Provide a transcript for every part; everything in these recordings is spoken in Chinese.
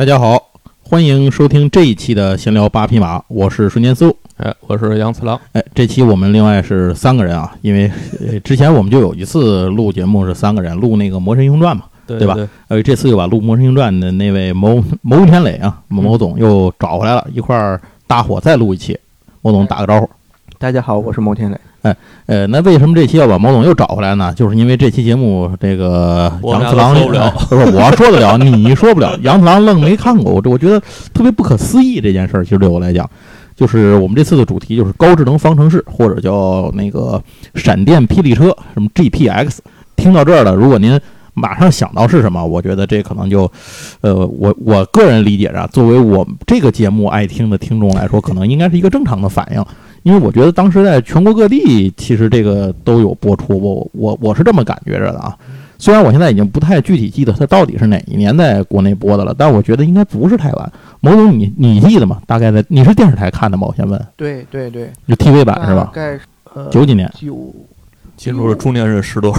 大家好，欢迎收听这一期的闲聊八匹马，我是瞬间搜， 我是杨次郎。 这期我们另外是3个人啊，因为之前我们就有一次录节目是3个人录那个《魔神英雄传》嘛，对吧？这次又把录《魔神英雄传》的那位牟天磊啊，牟总又找回来了，一块儿大伙再录一期。牟总打个招呼。 大家好，我是牟天磊。 那为什么这期要把牟总又找回来呢？就是因为这期节目这个杨次郎说不了， 不是我说得了，你说不了。杨次郎愣没看过，我觉得特别不可思议这件事儿。其实对我来讲，就是我们这次的主题就是高智能方程式，或者叫那个闪电霹雳车，什么 GPX。听到这儿了，如果您马上想到是什么，我觉得这可能就，我个人理解啊，作为我这个节目爱听的听众来说，可能应该是一个正常的反应。因为我觉得当时在全国各地其实这个都有播出，我是这么感觉着的啊。虽然我现在已经不太具体记得它到底是哪一年在国内播的了，但我觉得应该不是太晚。牟总你记得吗？大概在你是电视台看的吗？我先问。 对， 就 TV 版是吧？ 大概 90几年。 进入了中年人时段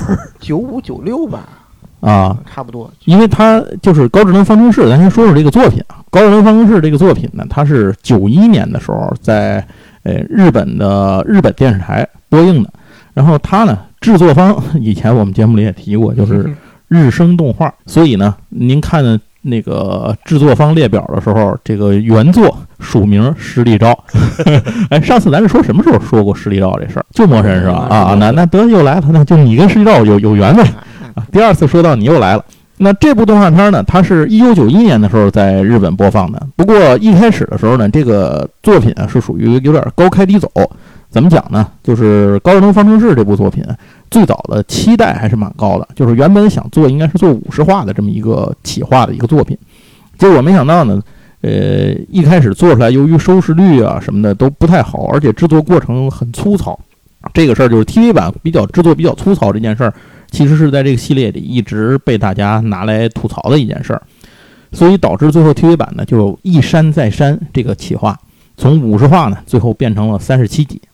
，95、96吧。 啊， 差不多。 因为它就是高智能方程式，咱先说说这个作品啊。高智能方程式这个作品呢，它是91年的时候在日本电视台播映的。然后它呢，制作方以前我们节目里也提过，就是日升动画。所以呢，您看那个制作方列表的时候，这个原作署名石立昭。上次咱是说什么时候说过石立昭这事儿？就魔神是吧？啊，那得又来了，那就你跟石立昭有缘分。第二次说到你又来了。那这部动画片呢，它是1991年的时候在日本播放的。不过一开始的时候呢，这个作品是属于有点高开低走。怎么讲呢？就是高智能方程式这部作品最早的期待还是蛮高的，就是原本想做应该是做50话的这么一个企划的一个作品。结果没想到呢，一开始做出来由于收视率啊什么的都不太好，而且制作过程很粗糙。这个事儿就是 TV 版制作比较粗糙这件事儿，其实是在这个系列里一直被大家拿来吐槽的一件事儿，所以导致最后 TV 版呢就一删再删这个企划，从50话呢最后变成了37集。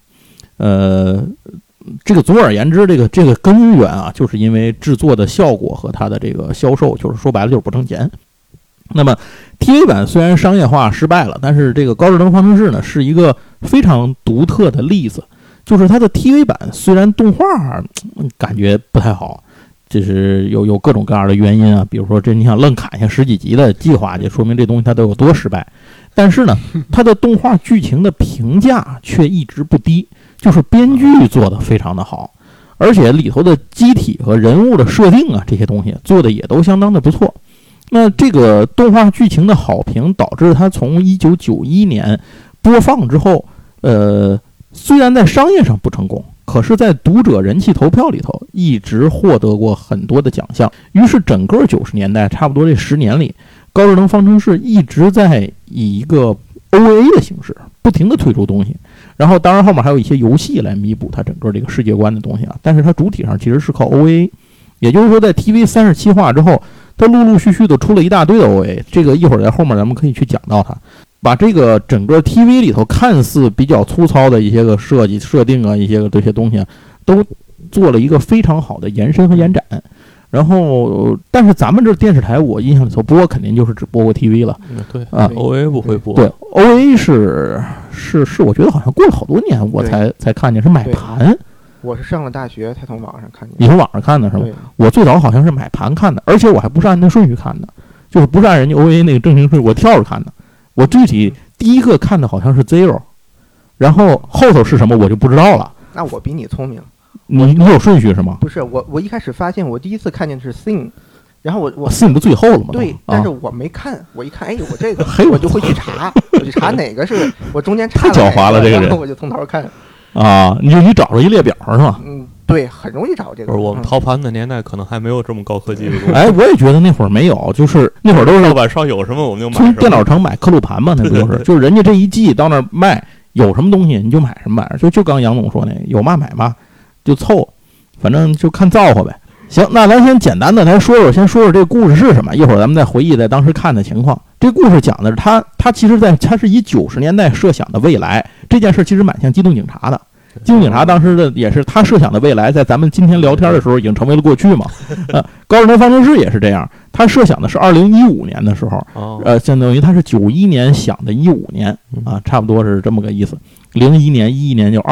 这个总而言之，这个根源啊，就是因为制作的效果和它的这个销售，就是说白了就是不挣钱。那么 TV 版虽然商业化失败了，但是这个高智能方程式呢是一个非常独特的例子。就是它的 TV 版虽然动画感觉不太好，就是有各种各样的原因啊，比如说你想愣砍下10几集的计划，就说明这东西它都有多失败。但是呢，它的动画剧情的评价却一直不低，就是编剧做得非常的好，而且里头的机体和人物的设定啊，这些东西做的也都相当的不错。那这个动画剧情的好评导致它从1991年播放之后，虽然在商业上不成功，可是在读者人气投票里头一直获得过很多的奖项。于是整个90年代差不多这10年里，高智能方程式一直在以一个 OVA 的形式不停地推出东西，然后当然后面还有一些游戏来弥补它整个这个世界观的东西啊，但是它主体上其实是靠 OVA。 也就是说在 TV 37话之后，它陆陆续续的出了一大堆的 OVA， 这个一会儿在后面咱们可以去讲到它，把这个整个 TV 里头看似比较粗糙的一些个设定啊，一些个这些东西啊，都做了一个非常好的延伸和延展。然后但是咱们这电视台我印象里头播肯定就是只播过 TV 了。 对啊 ，OVA 不会播。 对 ，OVA 是我觉得好像过了好多年我才看见，是买盘。 我是上了大学才从网上看见。 你从网上看的是吧？我最早好像是买盘看的，而且我还不是按那顺序看的，就是不是按人家 OVA 那个正形顺序，我跳着看的。我具体第一个看的好像是 Zero， 然后后头是什么我就不知道了。 那我比你聪明。 你有顺序是吗？ 不是，我一开始发现我第一次看见的是 Sing， 然后我 Sing 不最后了吗？ 对，但是我没看，我一看，我这个我就会去查，我去查哪个是我中间差了， 太狡猾了这个人， 然后我就从头看。 啊，你找着一列表是吧？ 对，很容易找这个。 我们淘盘的年代可能还没有这么高科技的东西。 我也觉得那会儿没有，就是那会儿都是老板上有什么我们就买什么。 从电脑城买刻录盘嘛，那不就是？就是人家这一季到那儿卖，有什么东西你就买什么玩意儿，就刚杨总说那个，有嘛买嘛，就凑，反正就看造化呗。行，那咱先简单的来说说这个故事是什么，一会儿咱们再回忆在当时看的情况。这故事讲的是他其实它是以90年代设想的未来，这件事其实蛮像机动警察的。 机动警察当时的也是他设想的未来，在咱们今天聊天的时候已经成为了过去嘛。高智能方程式也是这样，他设想的是2015年的时候，相当于他是91年想的15年啊，差不多是这么个意思。01年、11年就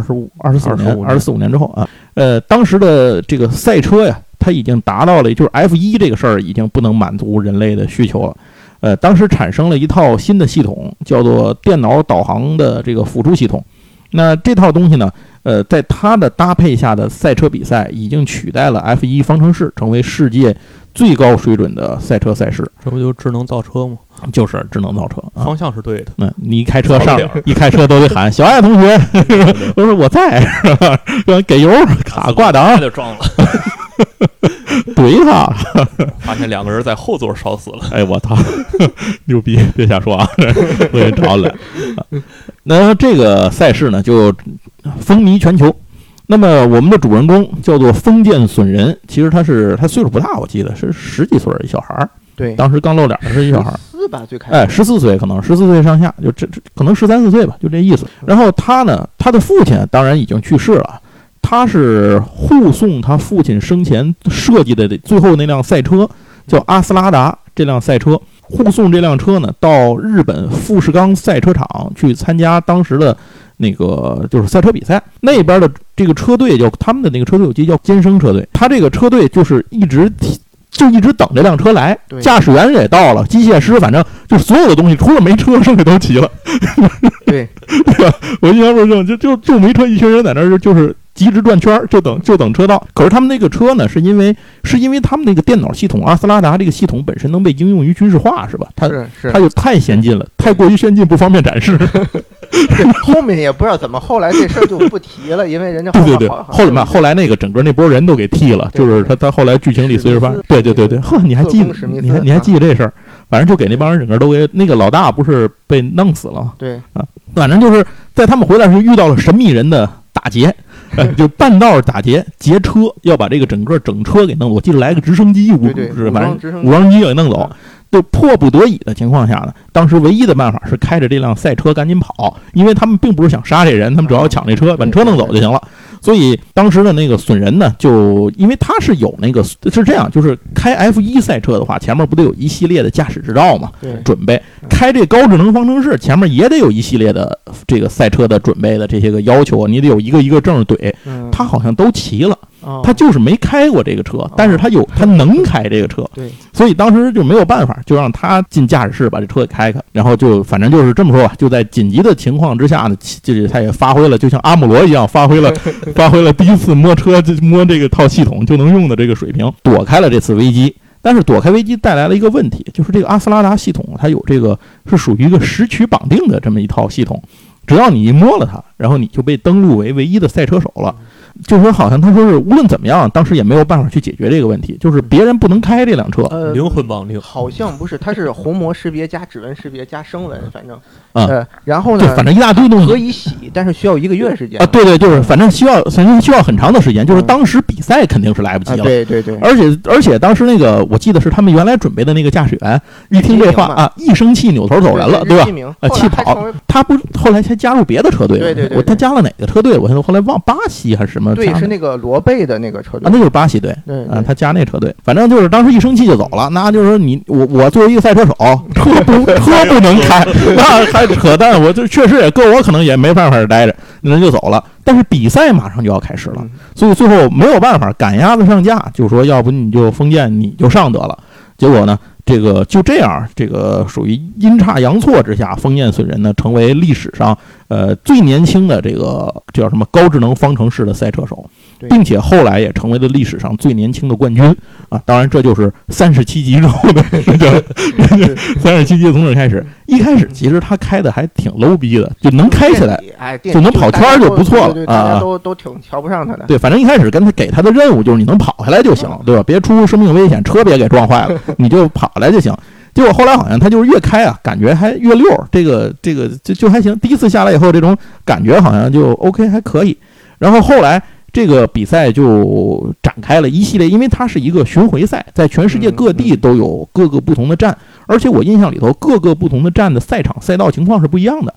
24年之后啊，当时的这个赛车呀，它已经达到了，就是 F1 这个事儿已经不能满足人类的需求了。当时产生了一套新的系统，叫做电脑导航的这个辅助系统。那这套东西呢，在它的搭配下的赛车比赛已经取代了 F1 方程式，成为世界最高水准的赛车赛事。 这不就是智能造车吗？ 就是智能造车， 方向是对的。 你一开车都得喊小爱同学，我说我在，给油卡挂档就撞了， 怼他， 发现2个人在后座烧死了。 哎，我操，牛逼！别瞎说啊，我也着了。那这个赛事呢，就风靡全球。那么我们的主人公叫做封建损人，其实他岁数不大，我记得是10几岁一小孩儿。 对， 当时刚露脸的是一小孩 ，14吧，最开始 ，14岁，可能14岁上下，就这可能13、14岁吧，就这意思。然后他呢，他的父亲当然已经去世了，他是护送他父亲生前设计的最后那辆赛车，叫阿斯拉达这辆赛车，护送这辆车呢到日本富士冈赛车场去参加当时的那个就是赛车比赛。那边的这个车队他们的那个车队我记得叫坚生车队，他这个车队就是一直等这辆车来，驾驶员也到了，机械师反正就是所有的东西除了没车剩下都齐了。 对， 对吧？我印象中就没车，一群人在那儿就是急直转圈，就等车到。可是他们那个车呢，是因为他们那个电脑系统阿斯拉达这个系统本身能被应用于军事化，是吧？它就太先进了，太过于先进，不方便展示。 后面也不知道怎么，后来这事儿就不提了，因为人家对，后来那个整个那波人都给替了，就是他后来剧情里随着发生，对，呵，你还记得这事儿？反正就给那帮人整个都给那个老大不是被弄死了吗？ 对啊，反正就是在他们回来时遇到了神秘人的打劫。就半道打劫车，要把这个整车给弄走。我记得来个直升机，反正武装机给弄走。就迫不得已的情况下呢，当时唯一的办法是开着这辆赛车赶紧跑，因为他们并不是想杀这人，他们主要抢这车，把车弄走就行了。所以当时的那个损人呢，就因为他是有那个是这样，就是开 F1 赛车的话，前面不得有一系列的驾驶执照嘛？准备开这高智能方程式，前面也得有一系列的这个赛车的准备的这些个要求，你得有一个一个证怼，他好像都齐了。他就是没开过这个车，但是他能开这个车， 对， 所以当时就没有办法，就让他进驾驶室把这车给开开，然后就反正就是这么说吧，就在紧急的情况之下呢，就是他也发挥了，就像阿姆罗一样，发挥了第一次摸车就摸这个套系统就能用的这个水平，躲开了这次危机。但是躲开危机带来了一个问题，就是这个阿斯拉达系统它有这个是属于一个时区绑定的这么一套系统，只要你一摸了它，然后你就被登录为唯一的赛车手了。就说好像他说是无论怎么样，当时也没有办法去解决这个问题，就是别人不能开这辆车， 灵魂绑定， 好像不是，它是虹膜识别加指纹识别加声纹，反正然后呢， 反正一大堆东西可以洗，但是需要1个月时间啊。对，就是反正需要很长的时间，就是当时比赛肯定是来不及了。 对， 而且当时那个我记得是他们原来准备的那个驾驶员一听这话啊，一生气扭头走人了，对吧？气跑，他不后来才加入别的车队， 对， 他加了哪个车队？我后来忘巴西还是什么？ 对，是那个罗贝的那个车队啊，那就是巴西队啊，他加那车队，反正就是当时一生气就走了，那就是说我作为一个赛车手，车不能开，那还扯淡，我就确实也搁我可能也没办法待着，人就走了。但是比赛马上就要开始了，所以最后没有办法赶鸭子上架，就说要不你就封建你就上得了。结果呢，这个就这样，这个属于阴差阳错之下，封建损人呢成为历史上最年轻的这个叫什么高智能方程式的赛车手，并且后来也成为了历史上最年轻的冠军啊！当然，这就是37集之后的37集从这开始。一开始其实他开的还挺 low 逼的，就能开起来，就能跑圈就不错了啊！ 大家都挺瞧不上他的。 对，反正一开始给他的任务就是你能跑下来就行，对吧？别出生命危险，车别给撞坏了，你就跑下来就行。结果后来好像他就是越开啊，感觉还越溜，这个就还行。第一次下来以后，这种感觉好像就 OK 还可以。然后后来这个比赛就展开了一系列，因为它是一个巡回赛，在全世界各地都有各个不同的站，而且我印象里头各个不同的站的赛场赛道情况是不一样的。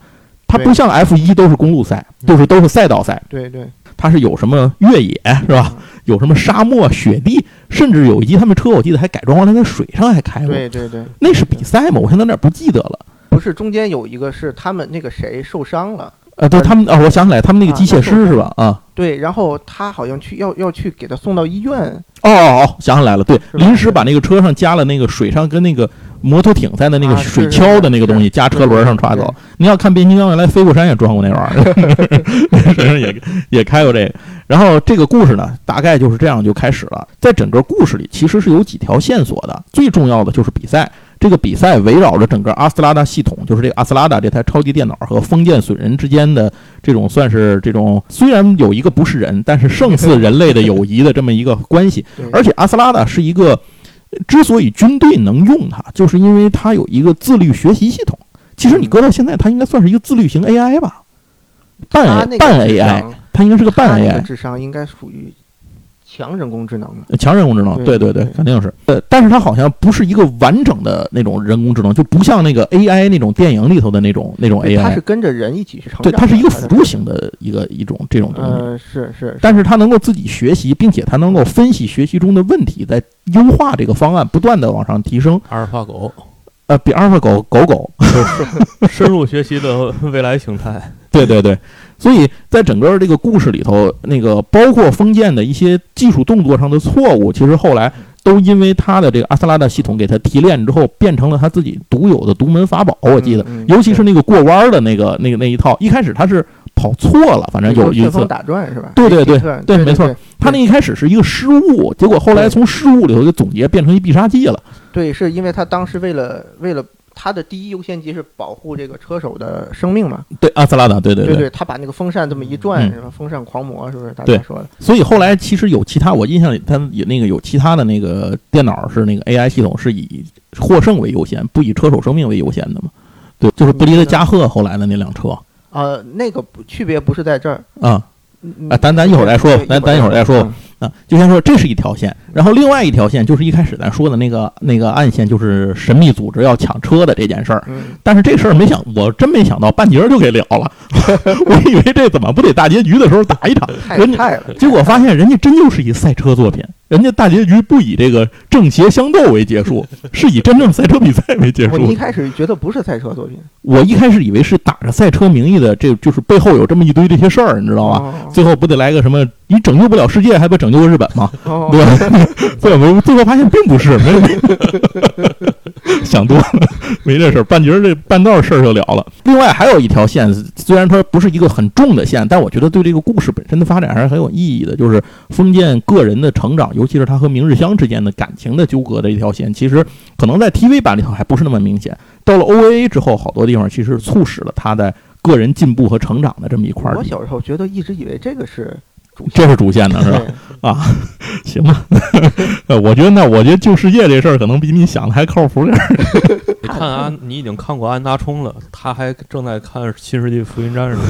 它不像 F1 都是公路赛，就是都是赛道赛。 对对， 它是有什么越野是吧？有什么沙漠、雪地，甚至有一集他们车我记得还改装完了在水上还开过。 对对对， 那是比赛吗？我现在有点不记得了。 不是，中间有一个是他们那个谁受伤了。 对他们我想起来，他们那个机械师是吧？啊， 对，然后他好像要去给他送到医院。 想起来了，对，临时把那个车上加了那个水上跟那个摩托艇在的那个水橇的那个东西，加车轮上抓走。您要看变形金刚原来飞过山也装过那玩意儿，身上也开过这个。然后这个故事呢，大概就是这样就开始了。在整个故事里，其实是有几条线索的，最重要的就是比赛。这个比赛围绕着整个阿斯拉达系统，就是这个阿斯拉达这台超级电脑和封建损人之间的这种算是这种虽然有一个不是人，但是胜似人类的友谊的这么一个关系。而且阿斯拉达是一个，之所以军队能用它，就是因为它有一个自律学习系统。其实你搁到现在，它应该算是一个自律型 AI 吧，半 AI， 它应该是个半 AI， 智商应该属于强人工智能， 对，肯定是。但是它好像不是一个完整的那种人工智能，就不像那个 AI 那种电影里头的那种 AI， 它是跟着人一起去成长。 对，它是一个辅助型的一种这种东西。 是。 但是它能够自己学习，并且它能够分析学习中的问题，在优化这个方案，不断的往上提升。 阿尔法狗， 比阿尔法狗深入学习的未来形态。 对，所以在整个这个故事里头，那个包括封建的一些技术动作上的错误，其实后来都因为他的这个阿斯拉达系统给他提炼之后，变成了他自己独有的独门法宝。我记得，尤其是那个过弯的那一套，一开始他是跑错了，反正有一次打转是吧？ 对，没错。他那一开始是一个失误，结果后来从失误里头就总结变成一必杀技了。 对，是因为他当时为了他的第一优先级是保护这个车手的生命嘛？ 对，阿斯拉达，对， 他把那个风扇这么一转，是吧？风扇狂魔是不是？大家说的。 所以后来其实有其他，我印象里他也那个有其他的那个电脑是那个 AI 系统是以获胜为优先，不以车手生命为优先的嘛？对，就是布离的加贺后来的那辆车。 那个区别不是在这儿啊。咱一会儿再说，咱一会儿再说啊。就先说这是一条线，然后另外一条线就是一开始咱说的那个暗线，就是神秘组织要抢车的这件事儿。但是这事儿我真没想到半截就给了了，我以为这怎么不得大结局的时候打一场，结果发现人家真就是一赛车作品，人家大结局不以这个正邪相斗为结束，是以真正赛车比赛为结束。 我一开始觉得不是赛车作品， 我一开始以为是打着赛车名义的，这就是背后有这么一堆这些事儿，你知道吧？最后不得来个什么？你拯救不了世界，还不拯救日本吗？对吧？最后发现并不是，想多了，没这事儿，半道事儿就了了。另外还有一条线，虽然它不是一个很重的线，但我觉得对这个故事本身的发展还是很有意义的。就是封建个人的成长，尤其是他和明日香之间的感情的纠葛的一条线，其实可能在 TV 版里头还不是那么明显。到了 OVA 之后，好多地方其实促使了他的个人进步和成长的这么一块。 我小时候一直以为这个是。 这是主线的是吧？啊，行吧。我觉得救世界这事儿可能比你想的还靠谱点儿。 你已经看过安达充了，他还正在看《新世纪福音战士》。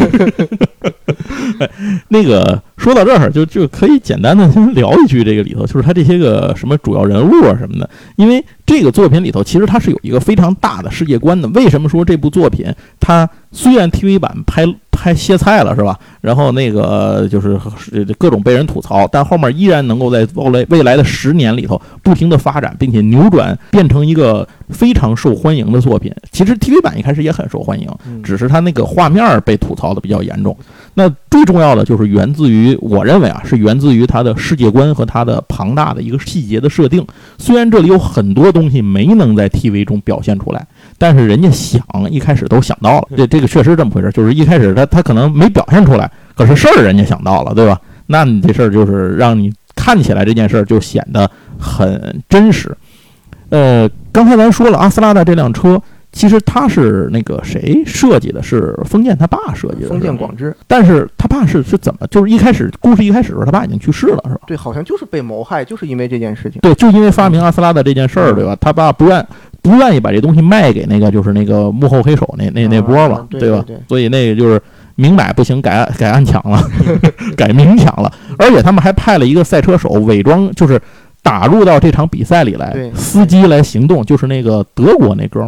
那个说到这儿就可以简单的先聊一句这个里头，就是他这些个什么主要人物啊什么的。因为这个作品里头其实它是有一个非常大的世界观的。为什么说这部作品它虽然 TV 版拍歇菜了是吧？然后那个就是各种被人吐槽，但后面依然能够在未来的10年里头不停的发展，并且扭转变成一个非常受欢迎的作品。其实 TV 版一开始也很受欢迎，只是它那个画面被吐槽的比较严重。那最重要的就是源自于，我认为是源自于它的世界观和它的庞大的一个细节的设定。虽然这里有很多东西没能在 TV 中表现出来，但是人家一开始都想到了，这个确实这么回事，就是一开始他可能没表现出来，可是事儿人家想到了，对吧？那你这事儿就是让你看起来这件事儿就显得很真实。刚才咱说了，阿斯拉达这辆车其实他是那个谁设计的，是封建他爸设计的， 封建广之。 但是他爸是怎么，就是故事一开始的时候他爸已经去世了，是吧？ 对，好像就是被谋害，就是因为这件事情。 对，就因为发明阿斯拉达这件事儿，对吧？他爸不愿意把这东西卖给那个就是那个幕后黑手那波嘛，对吧？所以那个就是明买不行，改暗抢了，改明抢了。而且他们还派了一个赛车手伪装，就是打入到这场比赛里来，司机来行动，就是那个德国那哥们儿是吧？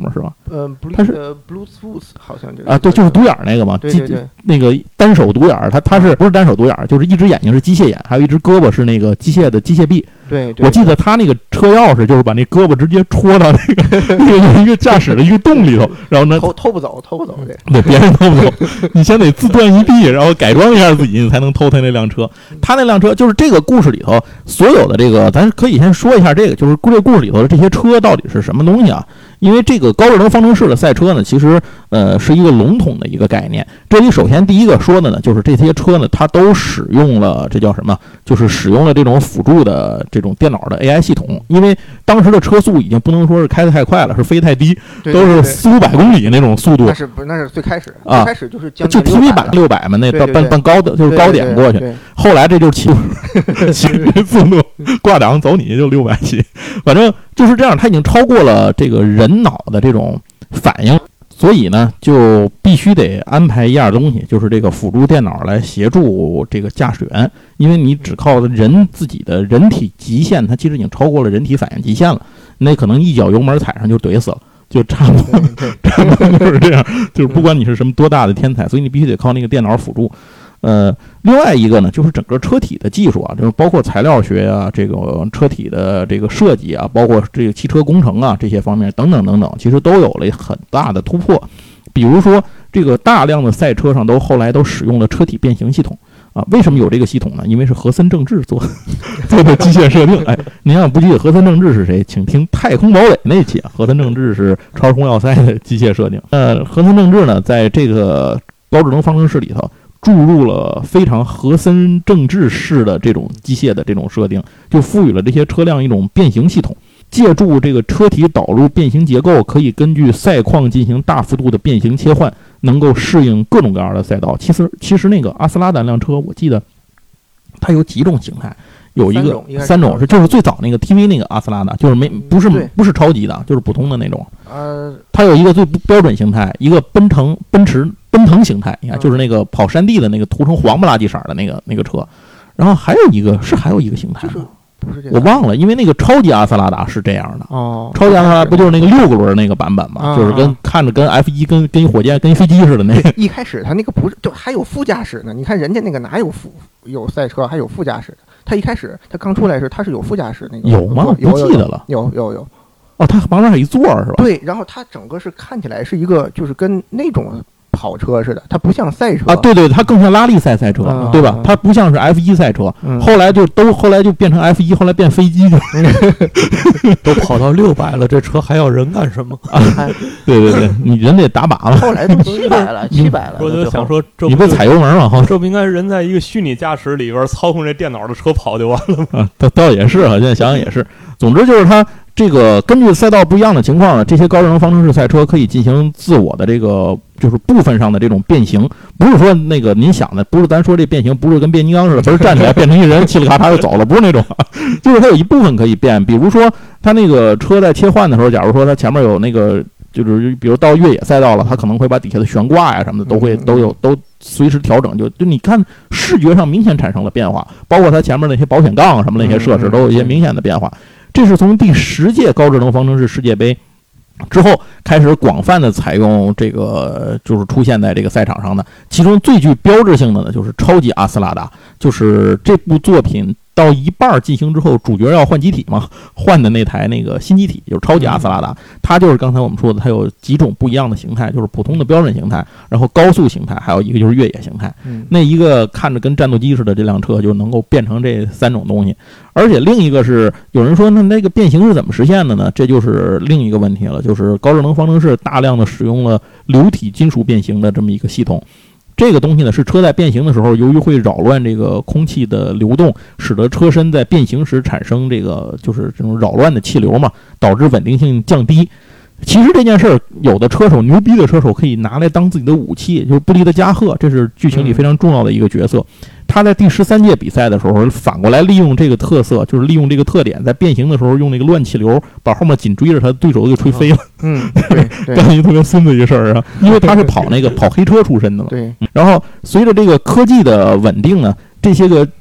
它是 Bluetooth 好像就是啊，对，就是独眼那个嘛， 对， 那个单手独眼，它是不是单手独眼，就是一只眼睛是机械眼，还有一只胳膊是那个机械的机械臂。 对， 我记得他那个车钥匙就是把那胳膊直接戳到那个一个驾驶的一个洞里头，然后呢偷不走对，别人偷不走，你先得自断一臂，然后改装一下自己，你才能偷他那辆车。他那辆车就是这个故事里头所有的这个，咱可以先说一下这个，就是这个故事里头的这些车到底是什么东西啊？因为这个高智能方程式的赛车呢，其实是一个笼统的一个概念。这里首先第一个说的呢，就是这些车呢，它都使用了这叫什么？就是使用了这种辅助的这种电脑的 AI 系统。因为当时的车速已经不能说是开得太快了，是飞太低，都是400-500公里那种速度。 那是最开始啊， 最开始就是就 TV 版600嘛，那搬高的就是高点过去。后来这就是起速度挂档走你就600起，反正就是这样，它已经超过了这个人脑的这种反应，所以呢就必须得安排一样东西，就是这个辅助电脑来协助这个驾驶员，因为你只靠人自己的人体极限，它其实已经超过了人体反应极限了，那可能一脚油门踩上就怼死了。就差不多就是这样，就是不管你是什么多大的天才，所以你必须得靠那个电脑辅助。另外一个呢，就是整个车体的技术啊，就是包括材料学啊，这个车体的这个设计啊，包括这个汽车工程啊这些方面等等等等，其实都有了很大的突破。比如说，这个大量的赛车上后来都使用了车体变形系统啊。为什么有这个系统呢？因为是和森正治做的机械设定。哎，您要不记得和森正治是谁，请听《太空堡垒》那期啊。和森正治是超时空要塞的机械设定。和森正治呢，在这个高智能方程式里头注入了非常和森正治式的这种机械的这种设定，就赋予了这些车辆一种变形系统。借助这个车体导入变形结构，可以根据赛况进行大幅度的变形切换，能够适应各种各样的赛道。其实那个阿斯拉达辆车，我记得它有几种形态，有三种是就是最早那个 TV 那个阿斯拉达，就是不是超级的，就是普通的那种。它有一个最标准形态，一个奔腾形态，你看就是那个跑山地的那个涂成黄不拉几色的那个车，然后还有一个形态吗？我忘了，因为那个超级阿斯拉达是这样的哦。超级阿斯拉达不就是那个6个轮那个版本吗？就是看着跟 F1 跟火箭跟飞机似的那个。 一开始它那个不是，就还有副驾驶呢。你看人家那个哪有赛车还有副驾驶的？它一开始它刚出来时它是有副驾驶那个。 有吗？不记得了。 有。 哦，它旁边还有一座是吧？ 对，然后它整个是看起来是一个就是跟那种跑车似的，它不像赛车啊，对，它更像拉力赛车，对吧？它不像是 F1 赛车，后来就变成 F1，后来变飞机去， 都跑到600了，这车还要人干什么？ 对，你人得打靶了。 后来都700了， 我就想说， 你不踩油门吗？ 这不应该人在一个虚拟驾驶里边操控这电脑的车跑就完了吗？ 啊，倒也是啊，现在想想也是。总之就是它这个根据赛道不一样的情况呢，这些高智能方程式赛车可以进行自我的这个就是部分上的这种变形，不是说那个您想的，不是咱说这变形不是跟变形金刚似的，不是站起来变成一人，嘁哩咔嚓就走了，不是那种，就是它有一部分可以变，比如说它那个车在切换的时候，假如说它前面有那个就是比如到越野赛道了，它可能会把底下的悬挂呀什么的都随时调整，就你看视觉上明显产生了变化，包括它前面那些保险杠什么那些设施都有一些明显的变化。这是从第10届高智能方程式世界杯之后开始广泛的采用，这个就是出现在这个赛场上的。其中最具标志性的呢，就是超级阿斯拉达，就是这部作品到一半进行之后，主角要换机体嘛，换的那台那个新机体就是超级阿斯拉达，它就是刚才我们说的，它有几种不一样的形态，就是普通的标准形态，然后高速形态，还有一个就是越野形态。那一个看着跟战斗机似的这辆车就能够变成这3种东西。而且另一个是有人说那个变形是怎么实现的呢？这就是另一个问题了，就是高智能方程式大量的使用了流体金属变形的这么一个系统。这个东西呢，是车在变形的时候，由于会扰乱这个空气的流动，使得车身在变形时产生这个就是这种扰乱的气流嘛，导致稳定性降低。其实这件事儿，有的车手牛逼的车手可以拿来当自己的武器，就是布利德加赫，这是剧情里非常重要的一个角色。他在第13届比赛的时候，反过来利用这个特色，就是利用这个特点，在变形的时候用那个乱气流把后面紧追着他的对手给吹飞了。 对， 干一个特别孙子一事儿啊！因为他是跑黑车出身的嘛。 对。 然后随着这个科技的稳定呢，这些个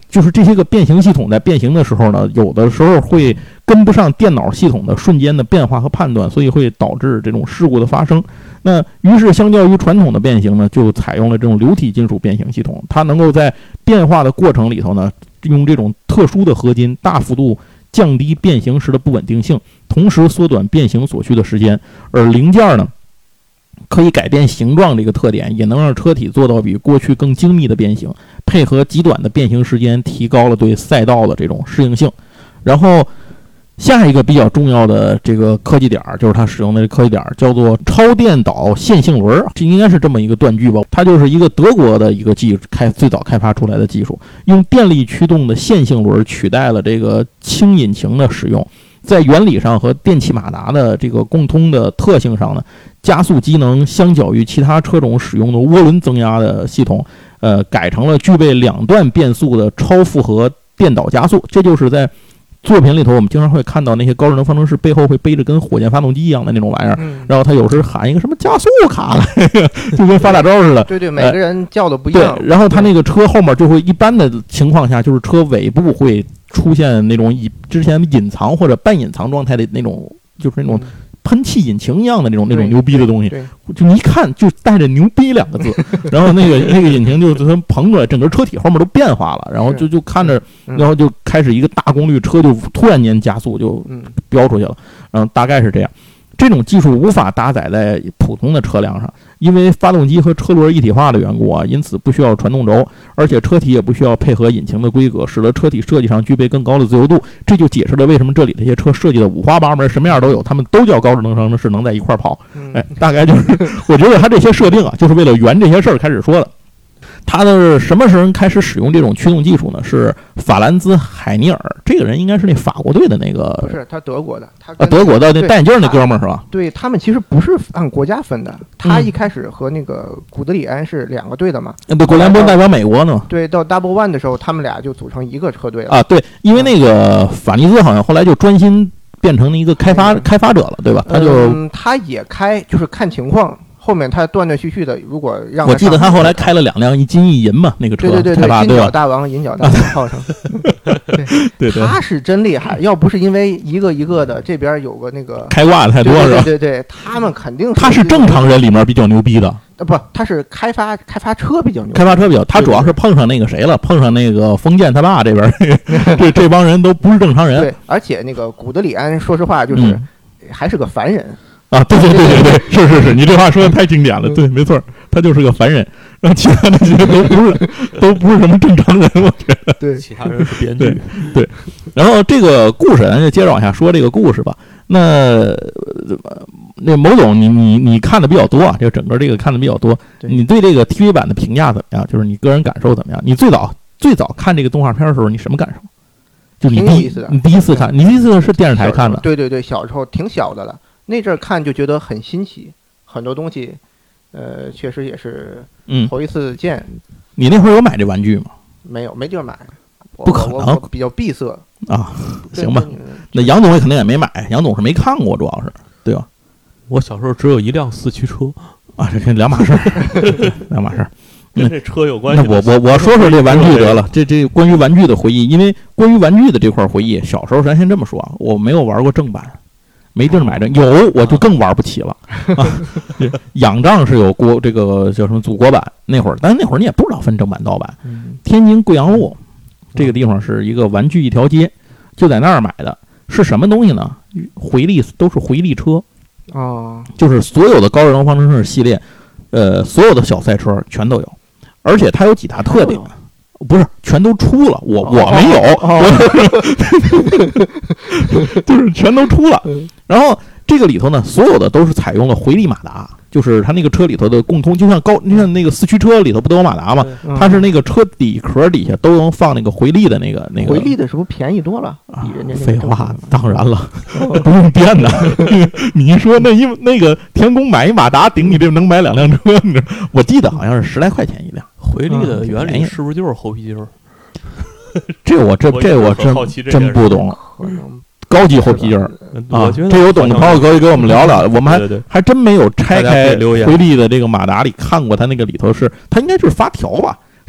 就是这些个变形系统在变形的时候呢，有的时候会跟不上电脑系统的瞬间的变化和判断，所以会导致这种事故的发生。那于是相较于传统的变形呢，就采用了这种流体金属变形系统，它能够在变化的过程里头呢，用这种特殊的合金大幅度降低变形时的不稳定性，同时缩短变形所需的时间。而零件呢，可以改变形状这个特点，也能让车体做到比过去更精密的变形，配合极短的变形时间，提高了对赛道的这种适应性。然后下一个比较重要的这个科技点，就是它使用的科技点叫做超电导线性轮，这应该是这么一个断句吧。它就是一个德国的一个技术最早开发出来的技术，用电力驱动的线性轮取代了这个轻引擎的使用。在原理上和电气马达的这个共通的特性上呢，加速机能相较于其他车种使用的涡轮增压的系统，改成了具备两段变速的超负荷电导加速。这就是在作品里头我们经常会看到那些高智能方程式背后会背着跟火箭发动机一样的那种玩意儿，然后他有时喊一个什么加速卡了，就跟发大招似的。 对对，每个人叫的不一样。 对，然后他那个车后面就会一般的情况下，就是车尾部会出现那种之前隐藏或者半隐藏状态的那种，就是那种喷气引擎一样的那种牛逼的东西，就你一看就带着牛逼两个字，然后那个引擎就膨出来，整个车体后面都变化了，然后就看着，然后就开始一个大功率车就突然间加速就飙出去了，然后大概是这样。这种技术无法搭载在普通的车辆上，因为发动机和车轮一体化的缘故啊，因此不需要传动轴，而且车体也不需要配合引擎的规格，使得车体设计上具备更高的自由度。这就解释了为什么这里这些车设计的五花八门，什么样都有，他们都叫高智能方程式，能在一块跑。大概就是我觉得他这些设定啊，就是为了圆这些事儿开始说的。他的什么时候开始使用这种驱动技术呢？是法兰兹·海尼尔，这个人应该是那法国队的那个， 不是他德国的， 德国的那戴眼镜那哥们儿是吧？ 对，他们其实不是按国家分的，他一开始和那个古德里安是两个队的嘛。 对，古德里安不是代表美国呢？ 对，到 Double One 的时候，他们俩就组成一个车队了啊。对，因为那个法尼兹好像后来就专心变成了一个开发者了，对吧？ 他也开，就是看情况。后面他断断续续的，如果让我记得他后来开了2辆一金一银嘛，那个车对，金角大王、银角大王号称，对，他是真厉害。要不是因为一个一个的这边有个那个开挂的太多是吧？ 对，他们肯定他是正常人里面比较牛逼的。 不，他是开发车比较牛， 他主要是碰上那个谁了，碰上那个封建他爸这边这帮人都不是正常人。 对，而且那个古德里安，说实话就是还是个凡人。 啊，对，是，你这话说的太经典了，对，没错，他就是个凡人，然后其他那些都不是什么正常人，我觉得， 对， 其他人是编剧， 对，然后这个故事，咱就接着往下说这个故事吧。那某总，你看的比较多啊，这个整个这个看的比较多，你对这个 TV 版的评价怎么样？就是你个人感受怎么样？你最早看这个动画片的时候，你什么感受？就你第一次看，你第一次是电视台看的？ 对，小时候挺小的了。那阵儿看就觉得很新奇，很多东西，确实也是头一次见。 你那会儿有买这玩具吗？ 没有，没地儿买。 不可能， 我比较闭塞啊。行吧，那杨总肯定也没买，杨总是没看过，主要是对吧？ 我小时候只有一辆4驱车啊，这两码事儿，两码事儿。 跟这车有关系。 那我说这玩具得了，这关于玩具的回忆，因为关于玩具的这块回忆，小时候咱先这么说啊，我没有玩过正版。没地儿买着，有我就更玩不起了。仰仗是有这个叫什么祖国版那会儿，但是那会儿你也不知道分正版盗版。天津贵阳路这个地方是一个玩具一条街，就在那儿买的。是什么东西呢？都是回力车啊， 就是所有的高智能方程式系列，所有的小赛车全都有，而且它有几大特点。不是全都出了，我没有，就是全都出了。然后这个里头呢，所有的都是采用了回力马达，就是它那个车里头的共通，就像那个4驱车里头不都有马达吗？它是那个车底壳底下都能放那个回力的那个。 回力的是不是便宜多了？比人家废话，当然了，不用编的。你说那个天宫买一马达顶你这能买2辆车，我记得好像是10来块钱一辆。 回力的原理是不是就是后皮筋儿？ 这我真不懂，高级后皮筋儿啊！这有懂的朋友可以给我们聊聊。我们还真没有拆开回力的这个马达里看过它那个里头它应该就是发条吧？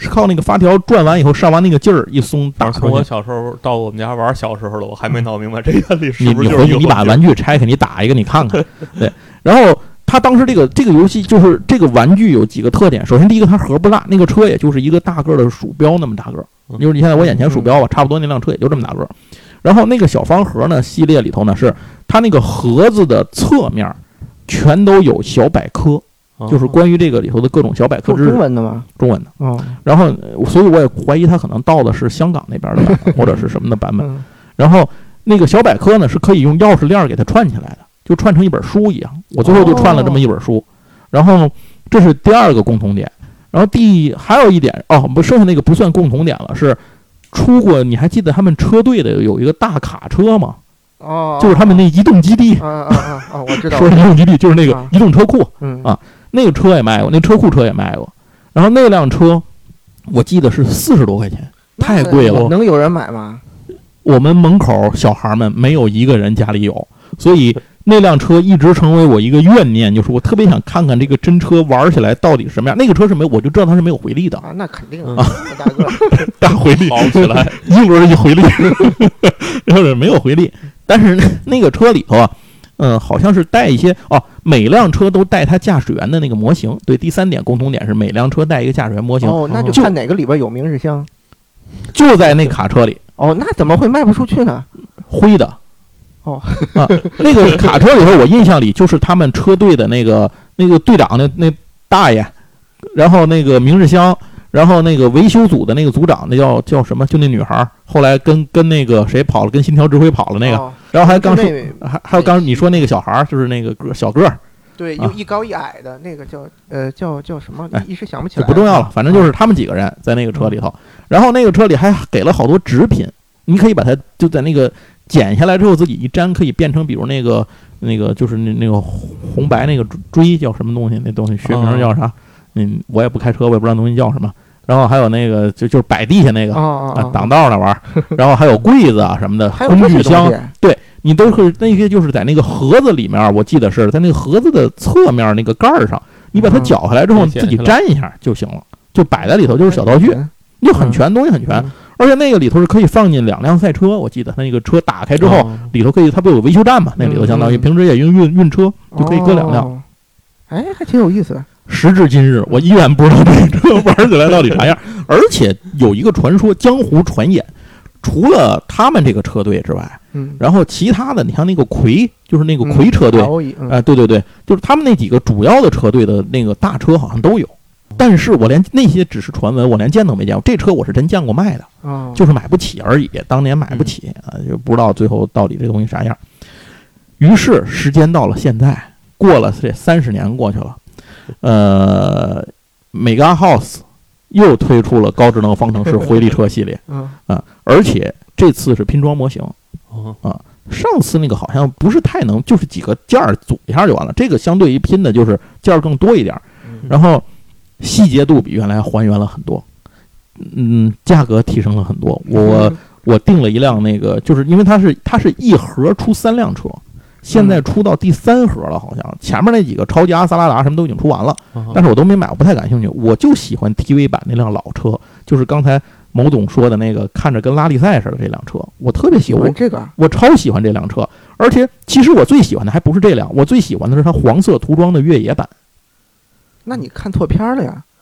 是靠那个发条转完以后上完那个劲儿一松打出去。 从我小时候到我们家玩小时候了，我还没闹明白这原理是你不是回去你把玩具拆开，你打一个你看看。对，然后他当时这个游戏就是这个玩具有几个特点。首先第一个，它盒不大，那个车也就是一个大个的鼠标那么大个，就是你现在我眼前鼠标吧，差不多那辆车也就这么大个。然后那个小方盒呢，系列里头呢是它那个盒子的侧面全都有小百科。就是关于这个里头的各种小百科知识， 中文的吗？ 中文的。 哦， 然后，所以我也怀疑他可能盗的是香港那边的版本，或者是什么的版本。然后那个小百科呢，是可以用钥匙链给它串起来的，就串成一本书一样。我最后就串了这么一本书。然后这是第二个共同点。然后还有一点不，剩下那个不算共同点了，是出过。你还记得他们车队的有一个大卡车吗？就是他们那移动基地。 我知道。 说移动基地就是那个移动车库。那个车也卖过，那车库车也卖过。然后那辆车，我记得是40多块钱，太贵了。 能有人买吗？ 我们门口小孩们没有一个人家里有，所以那辆车一直成为我一个怨念，就是我特别想看看这个真车玩起来到底什么样。那个车是我就知道它是没有回力的那肯定大个大回力跑不起来， 一轮一回力，然后没有回力。但是那个车里头好像是带一些每辆车都带它驾驶员的那个模型。对，第三点共同点是每辆车带一个驾驶员模型。 那就看哪个里边有明日香， 就在那卡车里。 那怎么会卖不出去呢？ 灰的。那个卡车里头，我印象里就是他们车队的那个队长那大爷，然后那个明日香，然后那个维修组的那个组长，那叫什么？就那女孩，后来跟那个谁跑了，跟新条指挥跑了那个。然后还有刚你说那个小孩，就是那个小个儿， 对，又一高一矮的那个叫什么？一时想不起来。 不重要了，反正就是他们几个人在那个车里头。然后那个车里还给了好多纸品，你可以把它就在那个剪下来之后自己一粘，可以变成比如那个就是那个红白那个锥叫什么东西？那东西学名叫啥？我也不开车，我也不知道东西叫什么。然后还有那个就是摆地下那个挡道那玩意儿，然后还有柜子啊什么的，工具箱，对你都是那些就是在那个盒子里面，我记得是在那个盒子的侧面那个盖儿上，你把它搅下来之后，你自己粘一下就行了，就摆在里头就是小道具，就很全，东西很全。而且那个里头是可以放进2辆赛车，我记得它那个车打开之后，里头可以，它不有维修站嘛？那里头相当于平时也运车，就可以搁2辆。 还挺有意思的。 时至今日，我依然不知道这个车玩起来到底啥样。而且有一个传说，江湖传言，除了他们这个车队之外，然后其他的，你像那个魁，就是那个魁车队，对对对，就是他们那几个主要的车队的那个大车好像都有。但是我连那些只是传闻，我连见都没见过。这车我是真见过卖的，就是买不起而已。当年买不起就不知道最后到底这东西啥样。于是时间到了现在，过了这30年过去了。Mega House 又推出了高智能方程式回力车系列，而且这次是拼装模型，上次那个好像不是太能，就是几个件儿组一下就完了。这个相对于拼的就是件儿更多一点，然后细节度比原来还原了很多，价格提升了很多。我订了一辆那个，就是因为它是一盒出3辆车。现在出到第3盒了，好像前面那几个超级阿萨拉达什么都已经出完了，但是我都没买，我不太感兴趣。我就喜欢 TV 版那辆老车，就是刚才某总说的那个看着跟拉力赛似的这辆车，我特别喜欢这个， 我超喜欢这辆车。而且其实我最喜欢的还不是这辆，我最喜欢的是它黄色涂装的越野版。 那你看错片了呀！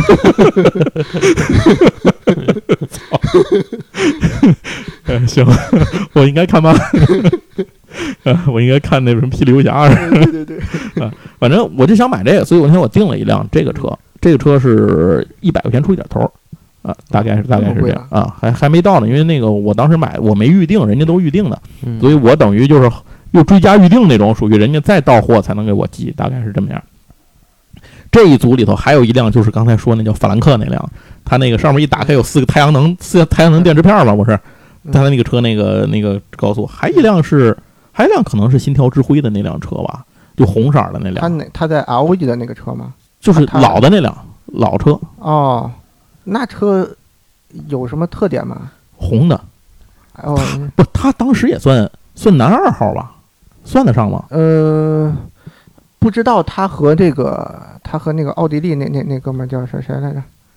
行，我应该看吧。我应该看那什么霹雳游侠。 对反正我就想买这个，所以那天我订了一辆这个车。这个车是100块钱出一点头大概是这样还没到呢，因为那个我当时买我没预定，人家都预定的，所以我等于就是又追加预定那种，属于人家再到货才能给我寄，大概是这么样。这一组里头还有一辆，就是刚才说那叫法兰克那辆，它那个上面一打开有4个太阳能电池片嘛，不是？它那个车那个高速，还一辆可能是新条指挥的那辆车吧，就红色的那辆。 他在 LV 的那个车吗？ 就是老的那辆老车。 那车有什么特点吗？ 红的。不，他当时也算男2号吧，算得上吗？ 不知道他和那个奥地利那哥们叫谁来着？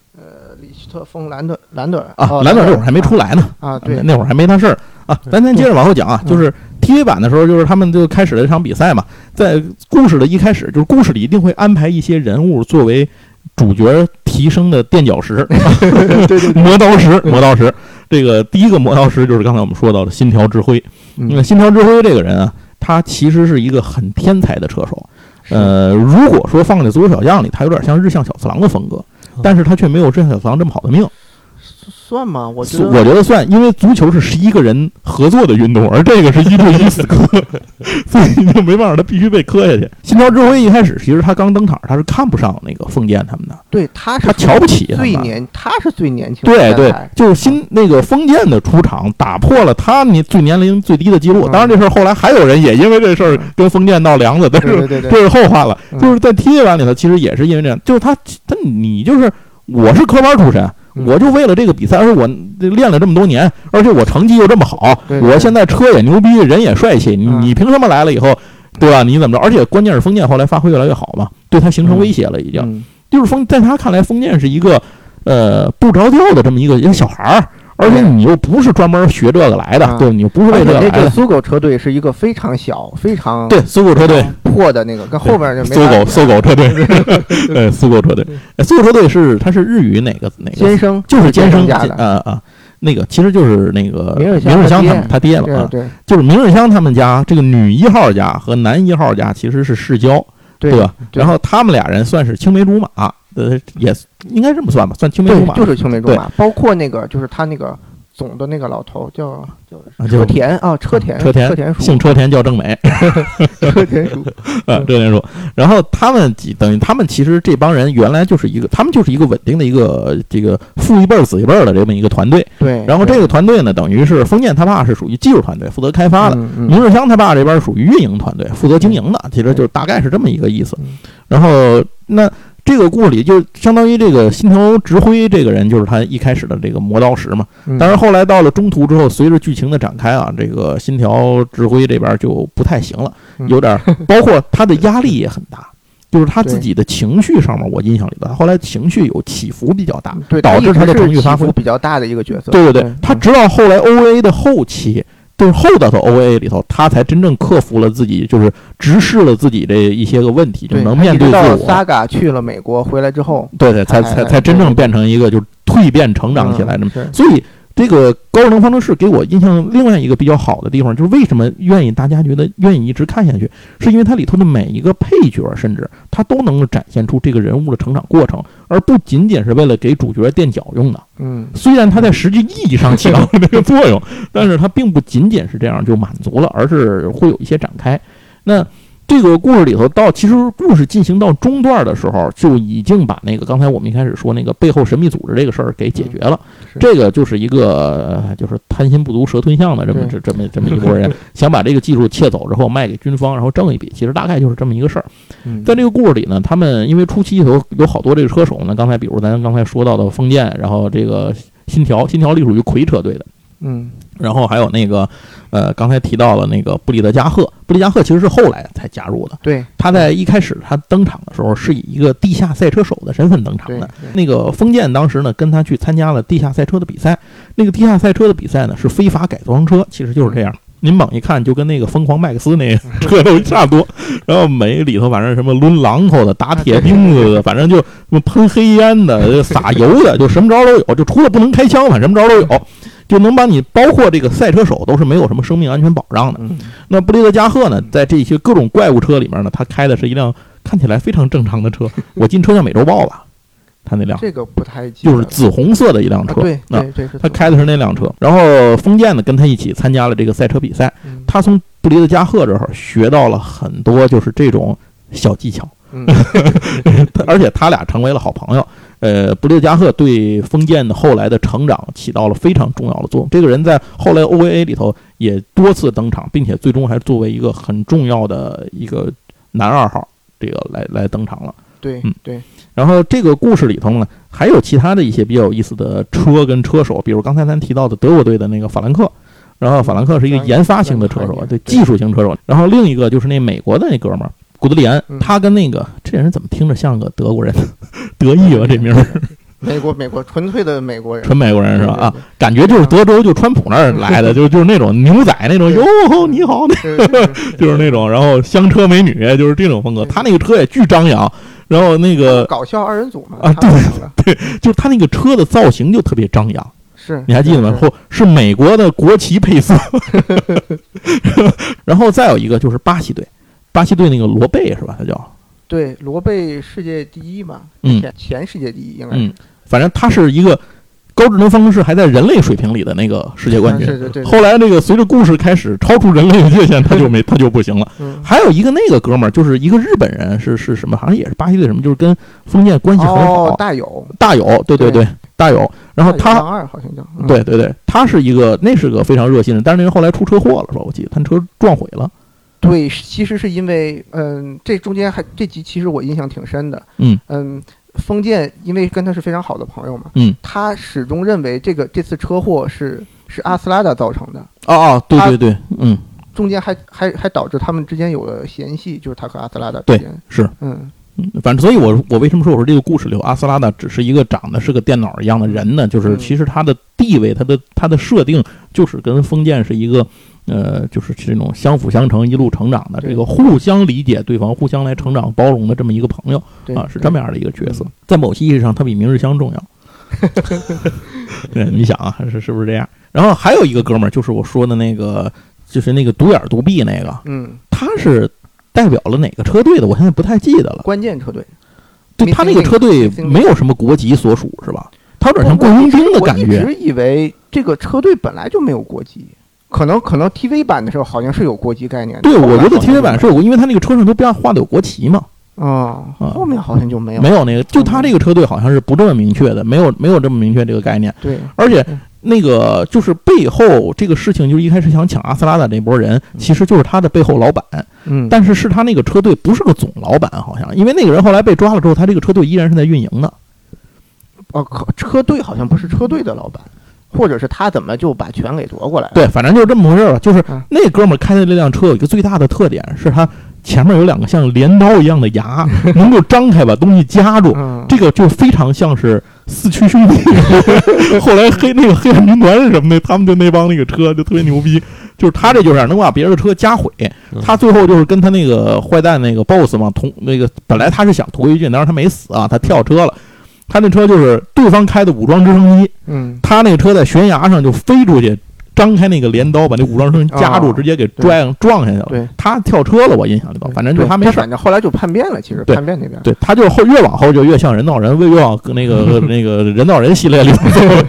里希特封兰德尔啊，兰德尔那会儿还没出来呢啊，对， 那会儿还没他事儿啊。咱接着往后讲啊，就是 TV 版的时候，就是他们就开始了这场比赛嘛，在故事的一开始，就是故事里一定会安排一些人物作为主角提升的垫脚石， 对， 磨刀石。这个第一个磨刀石就是刚才我们说到的心条智辉。心条智辉这个人啊，他其实是一个很天才的车手。如果说放在足球小将里，他有点像日向小次郎的风格，但是他却没有日向小次郎这么好的命。 算吗？我觉得算，因为足球是11个人合作的运动，而这个是1对1死磕，所以就没办法，他必须被磕下去。心条智辉一开始其实他刚登场，他是看不上那个封建他们的， 对，他瞧不起他是最年轻的， 对，就是那个封建的出场打破了他年龄最低的记录。当然这事儿后来还有人也因为这事儿跟封建闹梁子，但是这是后话了。就是在 TV 版里头，其实也是因为这样，就是你就是我是科班出身。我就为了这个比赛，而且我练了这么多年，而且我成绩又这么好，我现在车也牛逼，人也帅气，你凭什么来了以后，对吧？你怎么着？而且关键是封建后来发挥越来越好嘛，对他形成威胁了，已经。就是在他看来，封建是一个不着调的这么一个小孩儿。而且你又不是专门学这个来的，对，你又不是为这个来的。 这个苏狗车队是一个非常小、非常对苏狗车队破的那个，跟后边就没苏狗车队，对苏狗车队，苏狗车队它是日语哪个尖生， 就是尖生家的那个其实就是那个明日香他爹了啊， 对， 就是明日香他们家这个女1号家和男1号家其实是世交，对吧？然后他们俩人算是青梅竹马。也应该这么算吧，算青梅竹马， 就是青梅竹马。包括那个，就是他那个总的那个老头叫车田啊，车田鼠， 姓车田叫正美， 车田鼠车田鼠。然后他们等于他们其实这帮人原来就是他们就是一个稳定的一个这个父一辈子一辈的这么一个团队。 对。 然后这个团队呢，等于是封建他爸是属于技术团队，负责开发的；明日香他爸这边属于运营团队，负责经营的。其实就大概是这么一个意思。然后这个故事里就相当于这个心条智辉这个人就是他一开始的这个磨刀石嘛，但是后来到了中途之后，随着剧情的展开啊，这个心条智辉这边就不太行了，有点包括他的压力也很大，就是他自己的情绪上面，我印象里头，他后来情绪有起伏比较大，导致他的情绪发挥比较大的一个角色。 对，他直到后来 OVA 的后期。就是后到 OVA 里头，他才真正克服了自己，就是直视了自己这一些个问题，就能面对自我。 Saga 去了美国回来之后， 对，才真正变成一个就蜕变成长起来的。所以这个高智能方程式给我印象另外一个比较好的地方，就是为什么大家觉得愿意一直看下去，是因为它里头的每一个配角，甚至它都能够展现出这个人物的成长过程，而不仅仅是为了给主角垫脚用的。虽然它在实际意义上起到了这个作用，但是它并不仅仅是这样就满足了，而是会有一些展开。那这个故事里头其实故事进行到中段的时候，就已经把那个刚才我们一开始说那个背后神秘组织这个事儿给解决了。这个就是一个就是贪心不足蛇吞象的这么一拨人，想把这个技术窃走之后卖给军方，然后挣一笔。其实大概就是这么一个事儿。在这个故事里呢，他们因为初期有好多这个车手呢，比如咱刚才说到的封建，然后这个心条隶属于魁车队的。然后还有那个，刚才提到了那个布里德加赫其实是后来才加入的。 对， 他在一开始他登场的时候是以一个地下赛车手的身份登场的。那个封建当时呢跟他去参加了地下赛车的比赛，那个地下赛车的比赛呢是非法改装车，其实就是这样。您猛一看就跟那个疯狂麦克斯那个车都差不多，然后每里头反正什么抡榔头的、打铁钉子的，反正就什么喷黑烟的、撒油的，就什么招都有，就除了不能开枪，反正什么招都有。就能把你包括这个赛车手都是没有什么生命安全保障的。那布雷德加赫呢，在这些各种怪物车里面呢，他开的是一辆看起来非常正常的车。我进车像美洲豹吧，他那辆这个不太记得， 就是紫红色的一辆车。 对， 他开的是那辆车。然后封建呢跟他一起参加了这个赛车比赛，他从布雷德加赫这儿学到了很多就是这种小技巧。而且他俩成为了好朋友。布列加赫对封建的后来的成长起到了非常重要的作用。这个人在后来 OVA 里头也多次登场，并且最终还作为一个很重要的一个男2号，这个来登场了。 对， 然后这个故事里头呢，还有其他的一些比较有意思的车跟车手，比如刚才咱提到的德国队的那个法兰克。然后法兰克是一个研发型的车手，对，技术型车手。然后另一个就是那美国的那哥们儿。古德里安，他跟那个这人怎么听着像个德国人？德意吧这名儿， 美国纯粹的美国人， 纯美国人是吧？ 对对对啊，感觉就是德州就川普那儿来的，就是那种牛仔那种，哟吼你好，就是那种，然后香车美女就是这种风格。他那个车也巨张扬，然后那个搞笑二人组嘛啊，对，就是他那个车的造型就特别张扬。 是， 你还记得吗？是美国的国旗配色。然后再有一个就是巴西队那个罗贝是吧？他叫。 对，罗贝世界第一嘛，前世界第一应该是， 反正他是一个高智能方程式还在人类水平里的那个世界冠军。 对。 后来这个随着故事开始超出人类的界限，他就不行了。还有一个那个哥们儿，就是一个日本人，是什么？好像也是巴西队什么，就是跟封建关系很好。 大友， 对，大友。然后他二好像叫， 对，他是那是个非常热心的，但是那人后来出车祸了，是吧？我记得他车撞毁了。 对，其实是因为，这中间这集其实我印象挺深的。封建因为跟他是非常好的朋友嘛，他始终认为这次车祸是阿斯拉达造成的。 对， 中间还导致他们之间有了嫌隙，就是他和阿斯拉达之间。 对，是，反正所以我为什么说我说这个故事里阿斯拉达只是一个长得是个电脑一样的人呢？就是其实他的地位，他的设定就是跟封建是一个。就是这种相辅相成一路成长的，这个互相理解对方、互相来成长包容的这么一个朋友啊，是这么样的一个角色。在某些意义上，他比明日香重要。对，你想啊，是不是这样？然后还有一个哥们儿，就是我说的那个，就是那个独眼独臂那个，他是代表了哪个车队的？我现在不太记得了。 关键车队。 对，他那个车队没有什么国籍所属，是吧？他有点像雇佣兵的感觉。 我一直以为这个车队本来就没有国籍。可能 TV 版的时候好像是有国籍概念的。 对，我觉得 TV 版是有，因为他那个车上都边画的有国旗嘛。 后面好像就没有。 没有那个，就他这个车队好像是不这么明确的，没有这么明确这个概念。 对， 而且那个就是背后这个事情，就是一开始想抢阿斯拉达那波人，其实就是他的背后老板。但是他那个车队不是个总老板，好像，因为那个人后来被抓了之后，他这个车队依然是在运营的。 车队好像不是车队的老板。或者是他怎么就把权给夺过来了？ 对，反正就是这么回事吧。就是那哥们儿开的这辆车有一个最大的特点，是他前面有两个像镰刀一样的牙，能够张开把东西夹住。这个就非常像是四驱兄弟。后来黑暗军团是什么的，他们就那帮那个车就特别牛逼。就是他这就是能把别人的车夹毁。他最后就是跟他那个坏蛋那个 boss 嘛，那个本来他是想图一俊，但是他没死啊，他跳车了。他那车就是对方开的武装直升机，他那个车在悬崖上就飞出去，张开那个镰刀把那武装直升机夹住，直接给撞下去了。对，他跳车了，我印象里头，反正就他没事。 反正后来就叛变了，其实叛变那边。 对，他就是越往后就越像人造人，越往那个人造人系列里头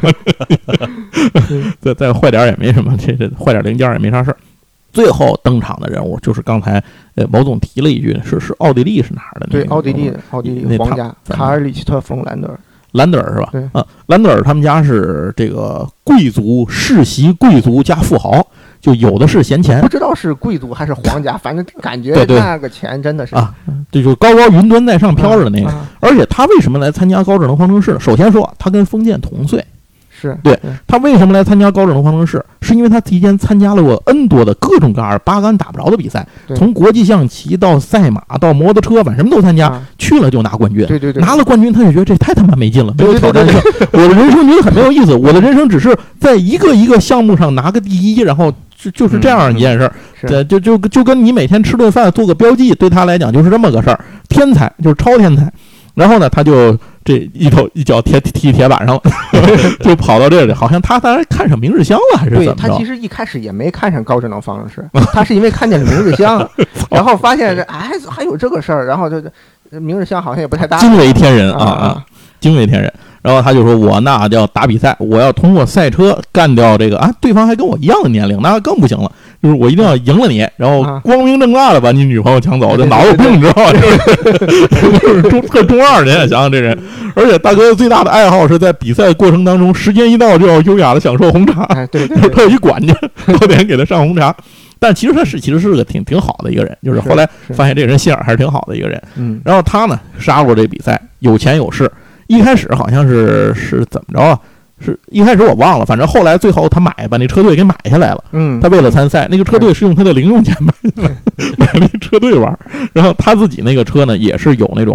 走。再坏点也没什么，这坏点零件也没啥事儿。最后登场的人物就是刚才毛总提了一句，是奥地利是哪儿的？ 对，奥地利皇家卡尔里希特冯兰德尔是吧？对兰德尔他们家是这个贵族世袭贵族加富豪，就有的是闲钱， 不知道是贵族还是皇家，反正感觉那个钱真的是对，就高高云端在上飘着的那个。而且他为什么来参加高智能方程式？首先说他跟封建同岁。对，他为什么来参加高智能方程式？是因为他提前参加了过 N 多的各种各样八竿打不着的比赛，从国际象棋到赛马到摩托车，反正什么都参加，去了就拿冠军。 对， 拿了冠军他就觉得这太他妈没劲了，没有挑战性。我的人生觉得很没有意思，我的人生只是在一个项目上拿个第一，然后就是这样一件事儿。就跟你每天吃顿饭做个标记，对他来讲就是这么个事儿。天才就是超天才。然后呢，他就这一脚踢铁板上了，就跑到这里，好像他当然看上明日香了，还是怎么着？ 对，他其实一开始也没看上高智能方程式，他是因为看见了明日香，然后发现还有这个事儿，然后就明日香好像也不太搭， 惊为天人惊为天人。然后他就说：“我那叫打比赛，我要通过赛车干掉这个对方还跟我一样的年龄，那更不行了。就是我一定要赢了你，然后光明正大的把你女朋友抢走，这脑有病，你知道吗？就是特中二，人也想想这人。而且大哥最大的爱好是在比赛过程当中，时间一到就要优雅的享受红茶。 对， 他有一管家，到点给他上红茶。但其实他是个挺好的一个人，就是后来发现这个人心眼还是挺好的一个人。然后他呢杀过这比赛，有钱有势。”一开始好像是怎么着啊？是一开始我忘了，反正后来最后他把那车队给买下来了。他为了参赛，那个车队是用他的零用钱买那车队玩。然后他自己那个车呢，也是有那种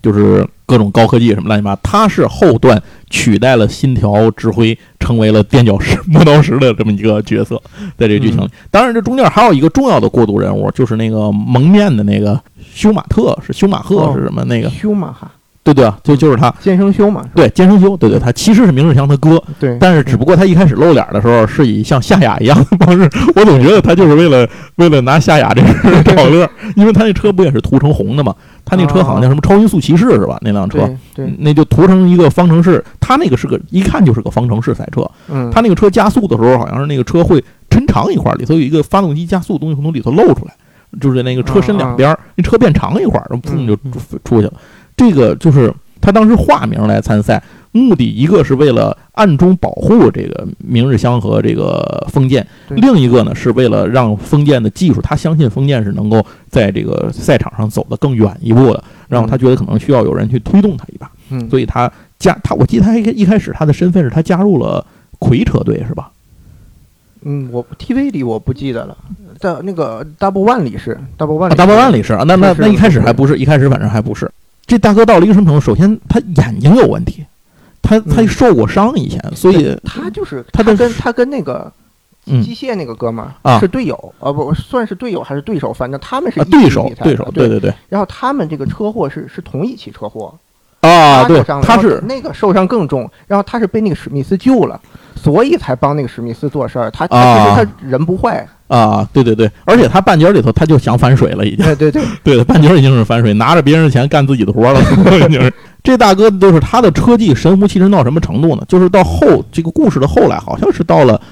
就是各种高科技什么乱七八糟，它是后段取代了新条指挥，成为了垫脚石、磨刀石的这么一个角色，在这个剧情里。当然，这中间还有一个重要的过渡人物，就是那个蒙面的那个休马赫是什么那个休马哈。 对啊，就是他菅生修嘛， 对，菅生修，对，他其实是明日香他哥， 对， 但是只不过他一开始露脸的时候是以像夏雅一样的方式，我总觉得他就是为了拿夏雅这个找乐，因为他那车不也是涂成红的嘛，他那车好像叫什么超音速骑士是吧？那辆车， 对， 那就涂成一个方程式，他那个是个一看就是个方程式赛车，他那个车加速的时候好像是那个车会抻长一块，里头有一个发动机加速东西会从里头露出来，就是那个车身两边，那车变长一块，然后砰就出去了。这个就是他当时化名来参赛，目的一个是为了暗中保护这个明日香和这个封建，另一个呢是为了让封建的技术，他相信封建是能够在这个赛场上走得更远一步的，然后他觉得可能需要有人去推动他一把，所以他我记得他一开始他的身份是他加入了魁车队是吧？ 我 TV 里我不记得了，在那个 Double One 里是 Double One 里是，那一开始还不是，一开始反正还不是。这大哥到了一个什么程度？首先他眼睛有问题，他受过伤以前，所以他就是他跟那个机械那个哥们儿是队友，不算是队友还是对手，反正他们是对手，对。 然后他们这个车祸是同一起车祸对，他是那个受伤更重，然后他是被那个史密斯救了，所以才帮那个史密斯做事儿。他其实他人不坏。 对，而且他半截里头他就想反水了，已经。对，半截已经是反水，拿着别人的钱干自己的活了。这大哥就是他的车技神乎其神到什么程度呢？就是到这个故事的后来，好像是到了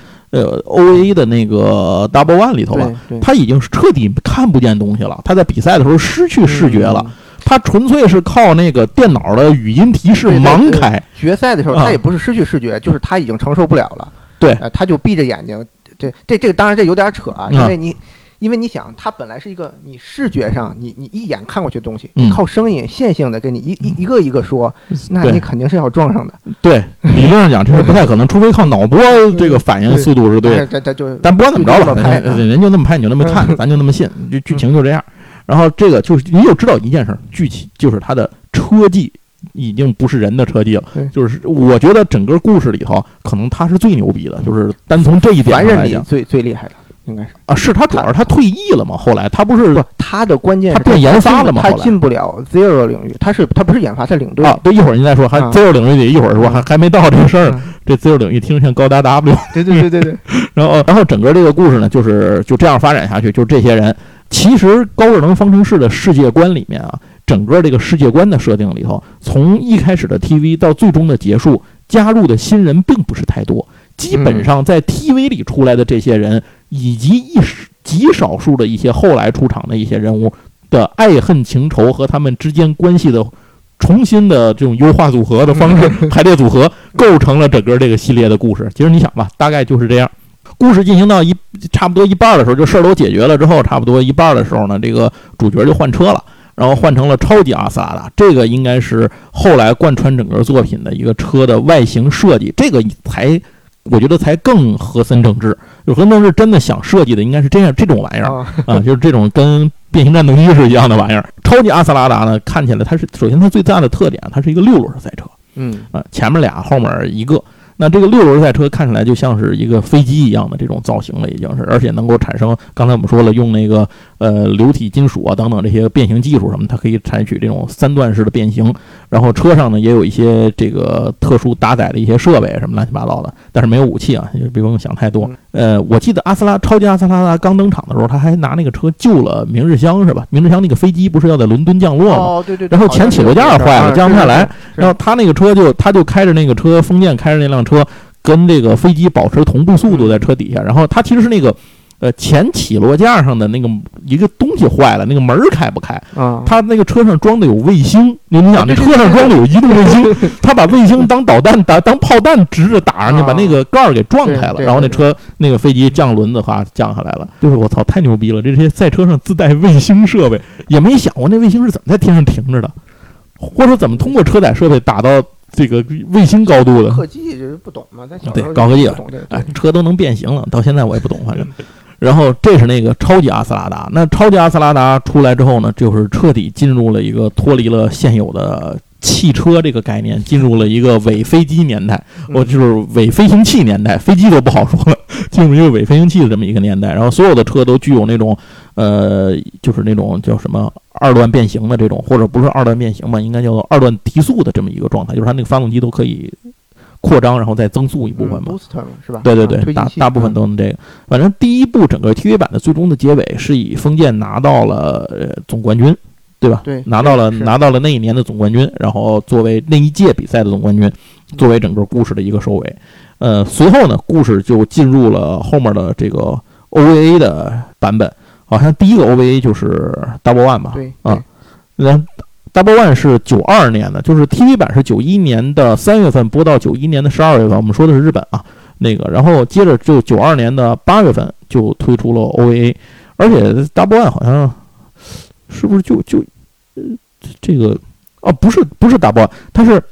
OA 的那个 Double One 里头了，他已经是彻底看不见东西了。他在比赛的时候失去视觉了。他纯粹是靠那个电脑的语音提示盲开。 决赛的时候他也不是失去视觉，就是他已经承受不了了。 对， 他就闭着眼睛。对，这个当然这有点扯啊，因为你想，它本来是一个你视觉上你一眼看过去的东西，靠声音线性的给你一个一个说，那你肯定是要撞上的。 对，理论上讲这是不太可能，除非靠脑波这个反应速度是对。但不管怎么着吧，人就那么拍，你就那么看，咱就那么信，剧情就这样。然后这个就是你就知道一件事，剧情就是它的车技已经不是人的车技了，就是我觉得整个故事里头可能他是最牛逼的，就是单从这一点上来讲， 最厉害的应该是是他主要是他退役了嘛，后来他不是他的关键他变研发了嘛， 他进不了 Zero 领域，他不是研发，他领队对，一会儿您再说，还 Zero 领域里一会儿说还没到这个事儿，这 Zero 领域听着像高达 W， 对， 然后整个这个故事呢，就这样发展下去，就是这些人。其实高智能方程式的世界观里面啊，整个这个世界观的设定里头，从一开始的 TV 到最终的结束，加入的新人并不是太多，基本上在 TV 里出来的这些人，以及极少数的一些后来出场的一些人物的爱恨情仇和他们之间关系的重新的这种优化组合的方式排列组合，构成了整个这个系列的故事。其实你想吧，大概就是这样。故事进行到差不多一半的时候，这事儿都解决了之后，差不多一半的时候呢，这个主角就换车了，然后换成了超级阿斯拉达。这个应该是后来贯穿整个作品的一个车的外形设计，这个我觉得才更和森正治。就和森正治真的想设计的应该是这种玩意儿就是这种跟变形战斗机是一样的玩意儿。超级阿斯拉达呢，看起来它是首先它最大的特点，它是一个6轮赛车，前面俩，后面一个。那这个6轮赛车看起来就像是一个飞机一样的这种造型了，已经是，而且能够产生刚才我们说了，用那个流体金属啊等等这些变形技术什么，它可以采取这种3段式的变形。然后车上呢也有一些这个特殊搭载的一些设备什么乱七八糟的，但是没有武器啊，也不用想太多。我记得超级阿斯拉达刚登场的时候，他还拿那个车救了明日香是吧？明日香那个飞机不是要在伦敦降落吗？ 对。 然后前起落架坏了，降不下来。然后他那个车他就开着那个车，封建开着那辆车跟这个飞机保持同步速度在车底下。然后他其实是那个前起落架上的那个一个东西坏了，那个门开不开。他那个车上装的有卫星，你想这车上装的有移动卫星，他把卫星当导弹当炮弹直着打上去，把那个盖儿给撞开了，然后那个飞机降轮子降下来了。就是我操，太牛逼了！这些赛车上自带卫星设备，也没想过那卫星是怎么在天上停着的，或者怎么通过车载设备打到这个卫星高度的。 科技就是不懂嘛，在小时候对高科技了，车都能变形了，到现在我也不懂，反正。 然后这是那个超级阿斯拉达，那超级阿斯拉达出来之后呢，就是彻底进入了一个脱离了现有的汽车这个概念，进入了一个伪飞机年代，就是伪飞行器年代，飞机都不好说了，进入一个伪飞行器的这么一个年代。然后所有的车都具有那种就是那种叫什么二段变形的这种，或者不是二段变形吧，应该叫做二段提速的这么一个状态，就是它那个发动机都可以扩张，然后再增速一部分嘛， 是吧？ 对对对，大部分都能这个。反正第一部整个 TV 版的最终的结尾是以封建拿到了总冠军，对吧？ 对， 拿到了那一年的总冠军，然后作为那一届比赛的总冠军，作为整个故事的一个收尾。随后呢，故事就进入了后面的这个 OVA 的版本，好像第一个 OVA 就是 Double One 吧？ 对啊，那。Double One 是92年的，就是 TV 版是91年的3月份播到91年的12月份，我们说的是日本啊，那个，然后接着就92年的8月份就推出了 OVA， 而且 Double One 好像是不是就这个不是 Double One， 它是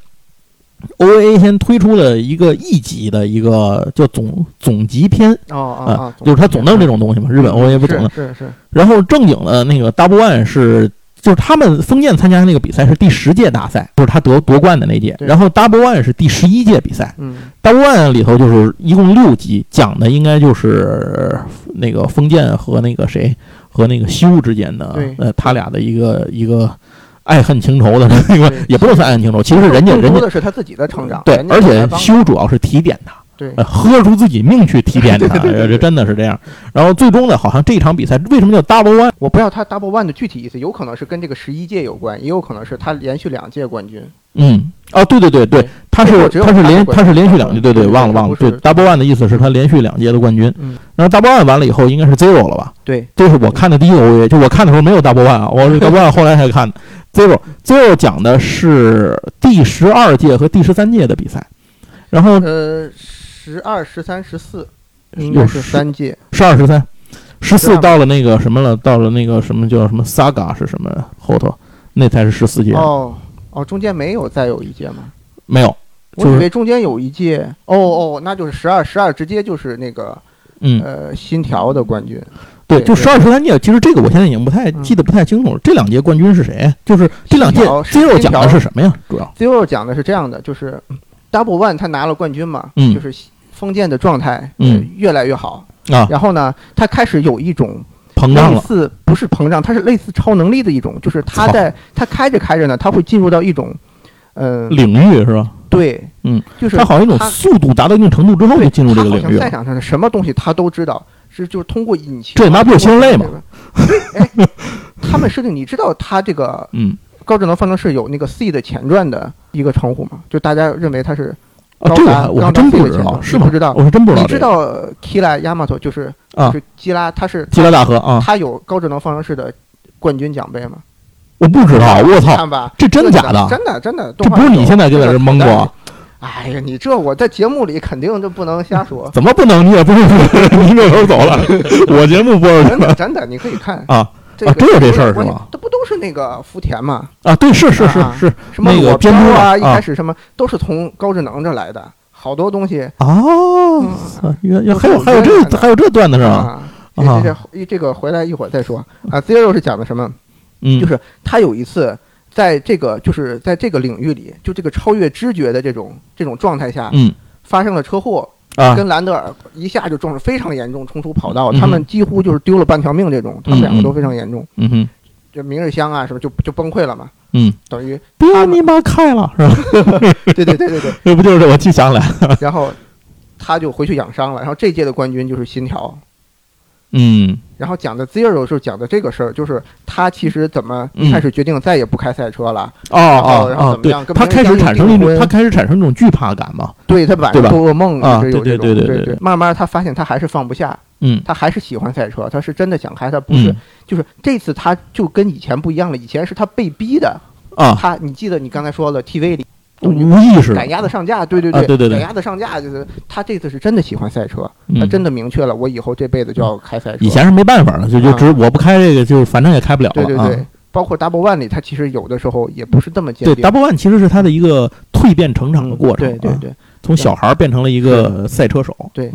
OVA 先推出了一个1集的一个叫总集篇就是它总弄这种东西嘛，日本 OVA 不总弄， 是， 然后正经的那个 Double One 是。就是他们封建参加那个比赛是第10届大赛，就是他夺冠的那届。然后 Double One 是第11届比赛。Double One 里头就是一共6集，讲的应该就是那个封建和那个谁和那个修之间的他俩的一个爱恨情仇的那个，也不能算爱恨情仇，其实人家的是他自己的成长。 对，而且修主要是提点他。 对， 喝出自己命去提点他，这真的是这样。然后最终呢，好像这场比赛为什么叫 Double One？ 我不知道他 Double One 的具体意思，有可能是跟这个11届有关，也有可能是他连续2届冠军。 对，他是连续2届，对，忘了。对 ，Double One 的意思是他连续2届的冠军。然后 Double One 完了以后，应该是 Zero 了吧？ 对， 这是我看的第一个 OVA， 就我看的时候没有 Double One 啊，我是 Double One 后来才看的。Zero 讲的是第12届和第13届的比赛，然后 12、13、14，应该是3届。 12、13、14到了那个什么了？到了那个什么叫什么 Saga 是什么后头？那才是14届。 中间没有再有一届吗？ 没有， 我以为中间有一届。那就是12直接就是那个新条的冠军。 对，就12、13届。其实这个我现在已经记得不太清楚了。这2届冠军是谁？就是这2届 Zero 讲的是什么呀？主要 Zero 讲的是这样的，就是。Double One 他拿了冠军嘛，就是封建的状态越来越好啊。 然后呢，他开始有一种膨胀了， 类似不是膨胀，它是类似超能力的一种，就是他开着呢，他会进入到一种领域是吧？ 对，就是他好像一种速度达到一定程度之后就进入这个领域。 赛场上的什么东西他都知道，就是通过引擎。 这妈不是星类吗？ 他们设定你知道他这个高智能方程式有那个 C 的前传的一个称呼吗？就大家认为它是这个我真不知道，是吗？ 不知道， 我是真不知道。 你知道 Kira Yamato 就是基拉，他是基拉大河啊， 他有高智能方程式的冠军奖杯吗？ 我不知道，我操！ 看吧， 这真的假的？ 真的， 这不是你现在就在这蒙过？ 哎呀，你这我在节目里肯定就不能瞎说。 怎么不能？你也不是你扭头走了，我节目播着真的，你可以看啊。真有这事儿是吗？ 这不都是那个福田吗？ 对，是什么那个编织啊，一开始什么都是从高智能这来的，好多东西还有这段子是吧？ 这个回来一会儿再说啊。Zero 是讲的什么？就是他有一次在这个领域里，就这个超越知觉的这种状态下，发生了车祸。跟兰德尔一下就撞得非常严重，冲出跑道，他们几乎就是丢了半条命这种，他们2个都非常严重。这明日香啊什么就崩溃了嘛。等于别你妈开了是吧？ 对， 这不就是我记想来。 然后他就回去养伤了，然后这届的冠军就是新条。然后讲的 Zero 是讲的这个事儿，就是他其实怎么一开始决定再也不开赛车了。然后怎么样？ 他开始产生一种惧怕感嘛。 对，他晚上做噩梦啊，对。 慢慢他发现他还是放不下，他还是喜欢赛车，他是真的想开，他不是，就是这次他就跟以前不一样了，以前是他被逼的啊。你记得你刚才说了 TV 里。 无意识赶鸭子上架，对，赶鸭子上架就是他这次是真的喜欢赛车，他真的明确了我以后这辈子就要开赛车。 以前是没办法了，就我不开这个，就反正也开不了了。 对，包括 Double One 里，他其实有的时候也不是这么坚定。 对 ，Double One 其实是他的一个蜕变成长的过程。 对， 从小孩变成了一个赛车手。 对，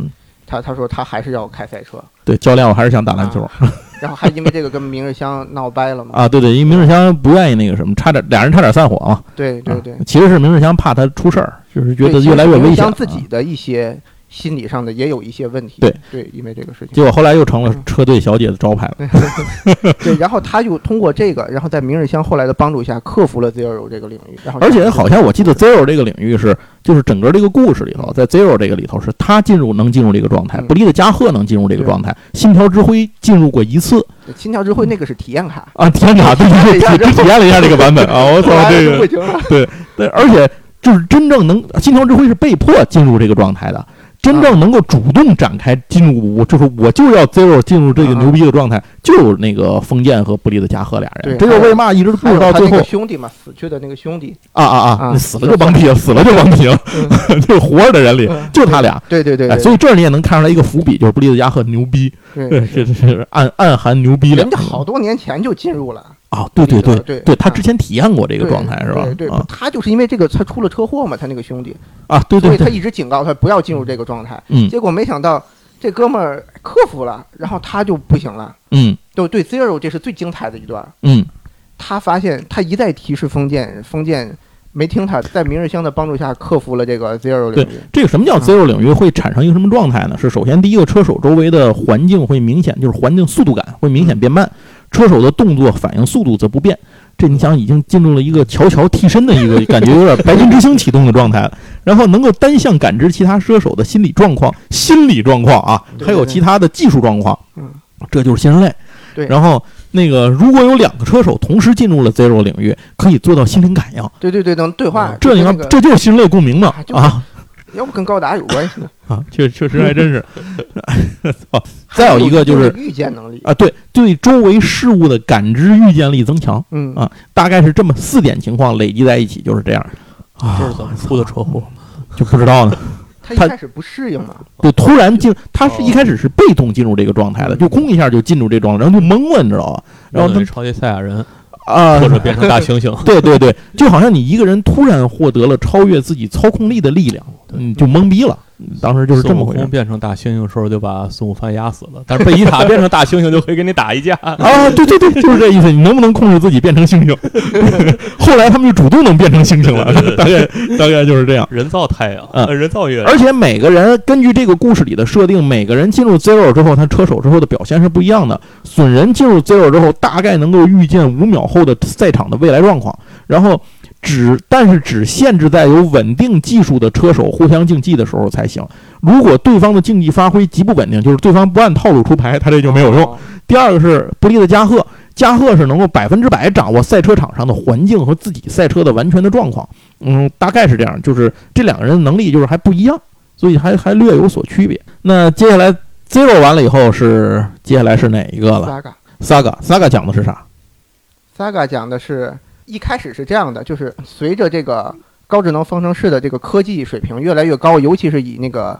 他说他还是要开赛车。 对，教练我还是想打篮球。 然后还因为这个跟明日香闹掰了嘛。 啊，对，因为明日香不愿意那个什么，俩人差点散伙嘛。 对， 其实是明日香怕他出事儿，就是觉得越来越危险。明日香自己的一些心理上的也有一些问题。对，因为这个事情。 结果后来又成了车队小姐的招牌了。 对，然后他就通过这个，然后在明日香后来的帮助下，克服了 Zero 这个领域。然后， 而且好像我记得 Zero 这个领域就是整个这个故事里头，在 Zero 这个里头是他能进入这个状态，布利的加贺能进入这个状态，心条之辉进入过一次。 心条之辉那个是体验卡啊，体验卡，对，体验了一下这个版本啊，我操，这个对，而且就是真正心条之辉是被迫进入这个状态的。真正能够主动展开进入，就是我就要 Zero 进入这个牛逼的状态，就那个封建和布利的加贺俩人。这就为嘛一直不知道最后兄弟嘛，死去的那个兄弟死了就帮皮了，就是活着的人里就他俩。 对， 所以这你也能看出来一个伏笔，就是布利的加贺牛逼，是暗含牛逼。 人家好多年前就进入了。 对，他之前体验过这个状态是吧？ 对，他就是因为这个他出了车祸嘛，他那个兄弟啊，对， 所以他一直警告他不要进入这个状态。结果没想到这哥们儿克服了，然后他就不行了。对 Zero 这是最精彩的一段。他发现他一再提示封建没听他，在明日香的帮助下克服了这个 Zero 领域。 对，这个什么叫 Zero 领域会产生一个什么状态呢？是首先第一个，车手周围的环境会明显，就是环境速度感会明显变慢。车手的动作反应速度则不变，这你想已经进入了一个乔替身的一个感觉，有点白金之星启动的状态了。然后能够单向感知其他车手的心理状况啊，还有其他的技术状况，这就是新人类。 对， 然后那个如果有2个车手同时进入了 Zero 领域，可以做到心灵感应。 对，能对话。 这你看，这就是新人类共鸣嘛啊。 要不跟高达有关系呢？ 啊，确实还真是。再有一个就是预见能力啊，对周围事物的感知预见力增强。大概是这么4点情况累积在一起，就是这样。 这是怎么出的车祸？ 就不知道呢。 他一开始不适应嘛？ 对，突然他是一开始是被动进入这个状态的，就空一下就进入这状态，然后就懵了，你知道吧？然后他超级赛亚人。 或者变成大猩猩。 对，就好像你一个人突然获得了超越自己操控力的力量，就懵逼了。当时就是这么回事。孙悟空变成大猩猩的时候就把孙悟饭压死了，但是贝吉塔变成大猩猩就可以跟你打一架啊！对，就是这意思。你能不能控制自己变成猩猩？后来他们就主动能变成猩猩了，大概就是这样。 人造太阳，人造月亮。 而且每个人根据这个故事里的设定，每个人进入 Zero 之后，他车手之后的表现是不一样的。损人进入 Zero 之后，大概能够预见5秒后的赛场的未来状况，然后但是只限制在有稳定技术的车手互相竞技的时候才行。如果对方的竞技发挥极不稳定，就是对方不按套路出牌，他这就没有用。第二个是布利的加贺是能够100%掌握赛车场上的环境和自己赛车的完全的状况。大概是这样，就是这2个人的能力就是还不一样，所以还略有所区别。那接下来 Zero 完了以后接下来是哪一个了？Saga 讲的是啥 ？Saga 讲的是一开始是这样的，就是随着这个高智能方程式的这个科技水平越来越高，尤其是以那个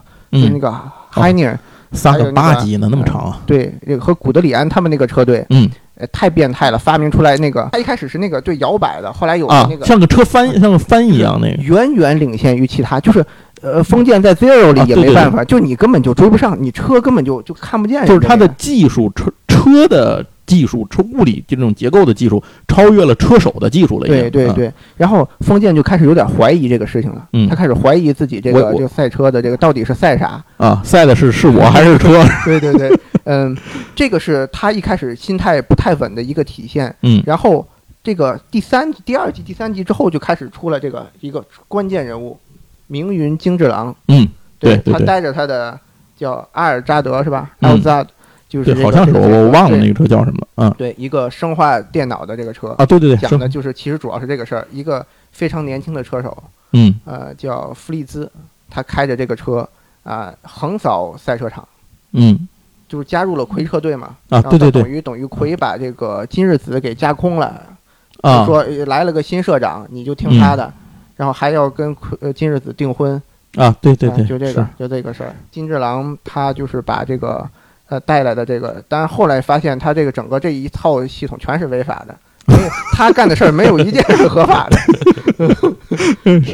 Heiner Saga 8集呢，那么长啊？ 对，和古德里安他们那个车队，太变态了，发明出来那个，他一开始是那个对摇摆的，后来有那个像个车帆，像个帆一样那个， 远远领先于其他，就是封建在 Zero 里也没办法，就你根本就追不上，你车根本就看不见， 就是它的技术车的技术，物理这种结构的技术超越了车手的技术了。 对，然后封建就开始有点怀疑这个事情了，他开始怀疑自己这个赛车的这个到底是赛啥啊？赛的是我还是车？ 对，这个是他一开始心态不太稳的一个体现。然后这个第2季、第3集之后就开始出了这个一个关键人物，明云精治郎。对，他带着他的叫阿尔扎德是吧？阿尔扎。就是好像是我忘了那个车叫什么。 对，一个生化电脑的这个车啊，对， 讲的就是其实主要是这个事儿。一个非常年轻的车手，叫弗利兹，他开着这个车横扫赛车场，就是加入了魁车队嘛。对，等于魁把这个今日子给架空了，就说来了个新社长，你就听他的，然后还要跟今日子订婚啊，对， 就这个事儿。金治郎他就是把这个。带来的这个，但是后来发现他这个整个这一套系统全是违法的，他干的事儿没有一件是合法的。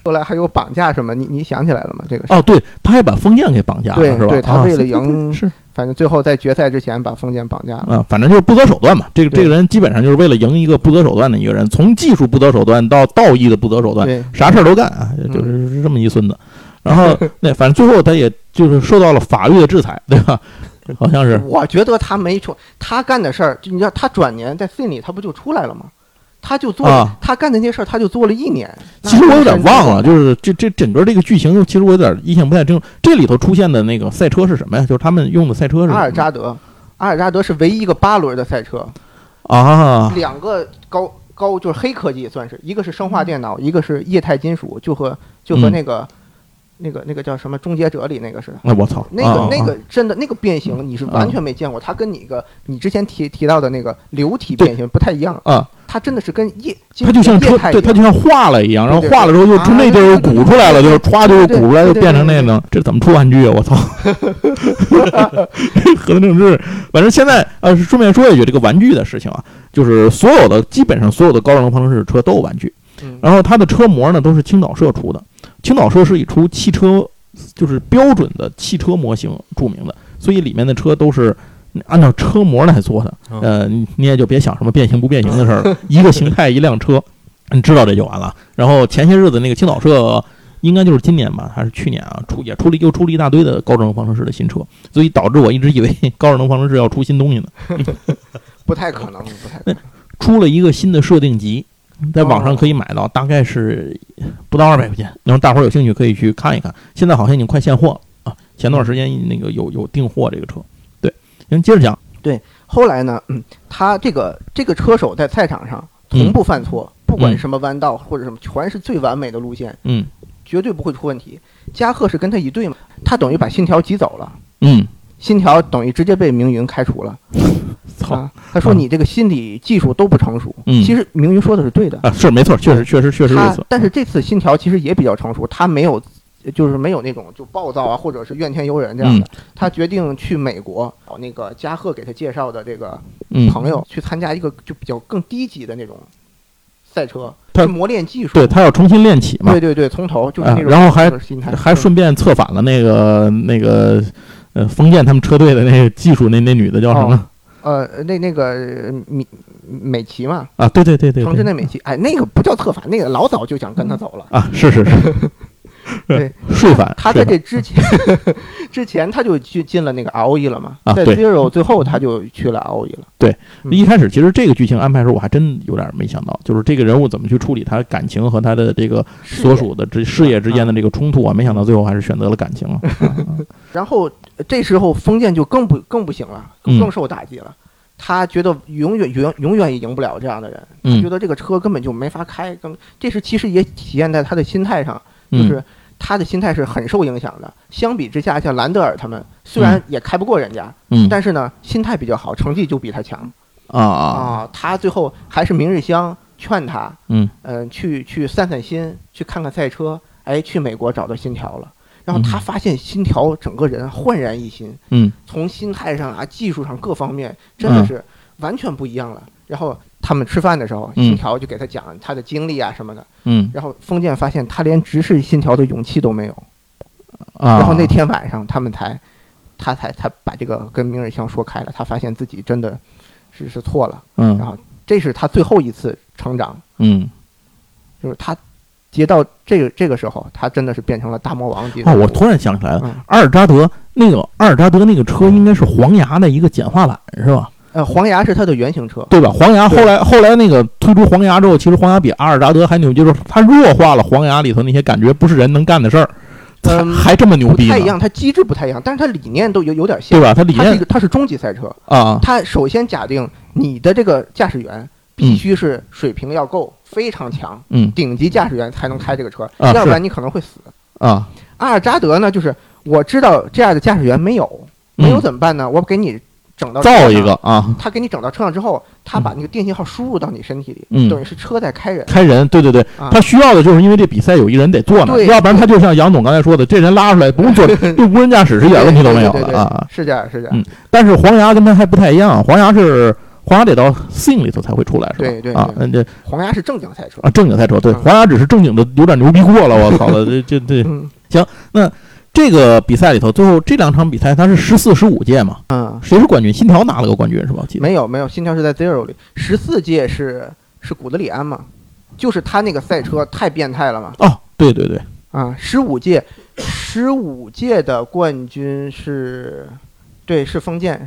后来还有绑架什么，你想起来了吗？这个哦，对，他还把封建给绑架了， 对是吧？ 对，他为了赢是。 反正最后在决赛之前把封建绑架了啊，反正就是不择手段嘛。这个人基本上就是为了赢一个不择手段的一个人，从技术不择手段到道义的不择手段，啥事儿都干啊，就是这么一孙子。然后那反正最后他也就是受到了法律的制裁，对吧？好像是。 我觉得他没错，他干的事儿，你知道他转年在 Sin 里他不就出来了吗？他就做了，他干的那些事儿，他就做了1年。 其实我有点忘了，就是这整个这个剧情，其实我有点印象不太清楚。这里头出现的那个赛车是什么呀？就是他们用的赛车是阿尔扎德是唯一一个8轮的赛车啊 ，2个高就是黑科技，算是一个是生化电脑，一个是液态金属，就和那个叫什么终结者里那个似的。 我操， 那个真的那个变形你是完全没见过，它跟你之前提到的那个流体变形不太一样啊。它真的是跟它就像车，对，它就像化了一样，然后化了之后又从那地儿又鼓出来了，就是歘就又鼓出来，又变成那个，这怎么出玩具啊？我操！核能政治，反正现在顺便说一句，这个玩具的事情啊，就是基本上所有的高智能方程式车都有玩具，然后它的车模呢都是青岛社出的，青岛社是以出汽车就是标准的汽车模型著名的，所以里面的车都是按照车模来做的，你也就别想什么变形不变形的事儿，一个形态一辆车，你知道这就完了。然后前些日子那个青岛社应该就是今年吧，还是去年啊，又出了一大堆的高智能方程式的新车，所以导致我一直以为高智能方程式要出新东西呢。 不太可能。 出了一个新的设定集，在网上可以买到，大概是不到200块钱。然后大伙儿有兴趣可以去看一看，现在好像已经快现货了啊！前段时间那个有订货这个车。您接着讲。 对，后来呢，他这个车手在赛场上从不犯错，不管什么弯道或者什么，全是最完美的路线，绝对不会出问题。加贺是跟他一队嘛，他等于把信条挤走了，信条等于直接被明云开除了。操！他说你这个心理技术都不成熟。其实明云说的是对的啊，是没错，确实如此。 但是这次信条其实也比较成熟，他没有那种就暴躁啊，或者是怨天尤人这样的。他决定去美国找那个加贺给他介绍的这个朋友，去参加一个就比较更低级的那种赛车，去磨练技术。 对，他要重新练起嘛。 对，从头就是那种。 然后还顺便策反了那个封建他们车队的那个技术那女的叫什么？ 那个美琪嘛。 啊，对， 城市内美琪。哎，那个不叫策反，那个老早就想跟他走了啊。是。 对， 睡反。 他在这之前他就进了那个 ROE 了嘛，在 Zero 最后他就去了 ROE 了。 对，一开始其实这个剧情安排的时候，我还真有点没想到，就是这个人物怎么去处理他感情和他的这个所属的事业之间的这个冲突啊，没想到最后还是选择了感情了。 然后这时候封建就更不行了，更受打击了。他觉得永远也赢不了这样的人，他觉得这个车根本就没法开，这是其实也体现在他的心态上，就是他的心态是很受影响的。相比之下，像兰德尔他们虽然也开不过人家，但是呢心态比较好，成绩就比他强他最后还是明日香劝他，去散心，去看看赛车，去美国找到信条了。然后他发现信条整个人焕然一新，从心态上啊、技术上各方面真的是完全不一样了。然后他们吃饭的时候，信条就给他讲他的经历啊什么的，然后封建发现他连直视信条的勇气都没有，然后那天晚上他才把这个跟明日香说开了，他发现自己真的是错了，然后这是他最后一次成长，就是他。接到这个时候，他真的是变成了大魔王级的。 我突然想起来了，阿尔扎德那个车应该是黄牙的一个简化版，是吧？ 黄牙是它的原型车， 对吧？黄牙后来那个推出黄牙之后，其实黄牙比阿尔扎德还牛，就是它弱化了黄牙里头那些感觉不是人能干的事儿，还这么牛逼。 不太一样，它机制不太一样，但是它理念都有点像， 对吧？它理念它是中级赛车啊。它首先假定你的这个驾驶员必须是水平要够，非常强，顶级驾驶员才能开这个车，要不然你可能会死啊。 阿尔扎德呢，就是我知道这样的驾驶员没有怎么办呢？我给你整到造一个啊， 他给你整到车上之后，他把那个电信号输入到你身体里，等于是车在开人。 对，他需要的就是因为这比赛有一人得坐呢，要不然他就像杨总刚才说的，这人拉出来不用坐，对无人驾驶是一点问题都没有的啊。 是这样。 但是黄牙跟他还不太一样，黄黄牙得到 Sing 里头才会出来，是吧？ 对对啊，这黄牙是正经赛车啊，正经赛车，对，黄牙只是正经的有点牛逼过了，我操了，这行，那这个比赛里头，最后这2场比赛它是14、15届嘛？谁是冠军？新条拿了个冠军是吧？ 没有，新条是在 Zero 里，14届是古德里安嘛？就是他那个赛车太变态了嘛？ 哦，对对对， 啊，15届的冠军是封建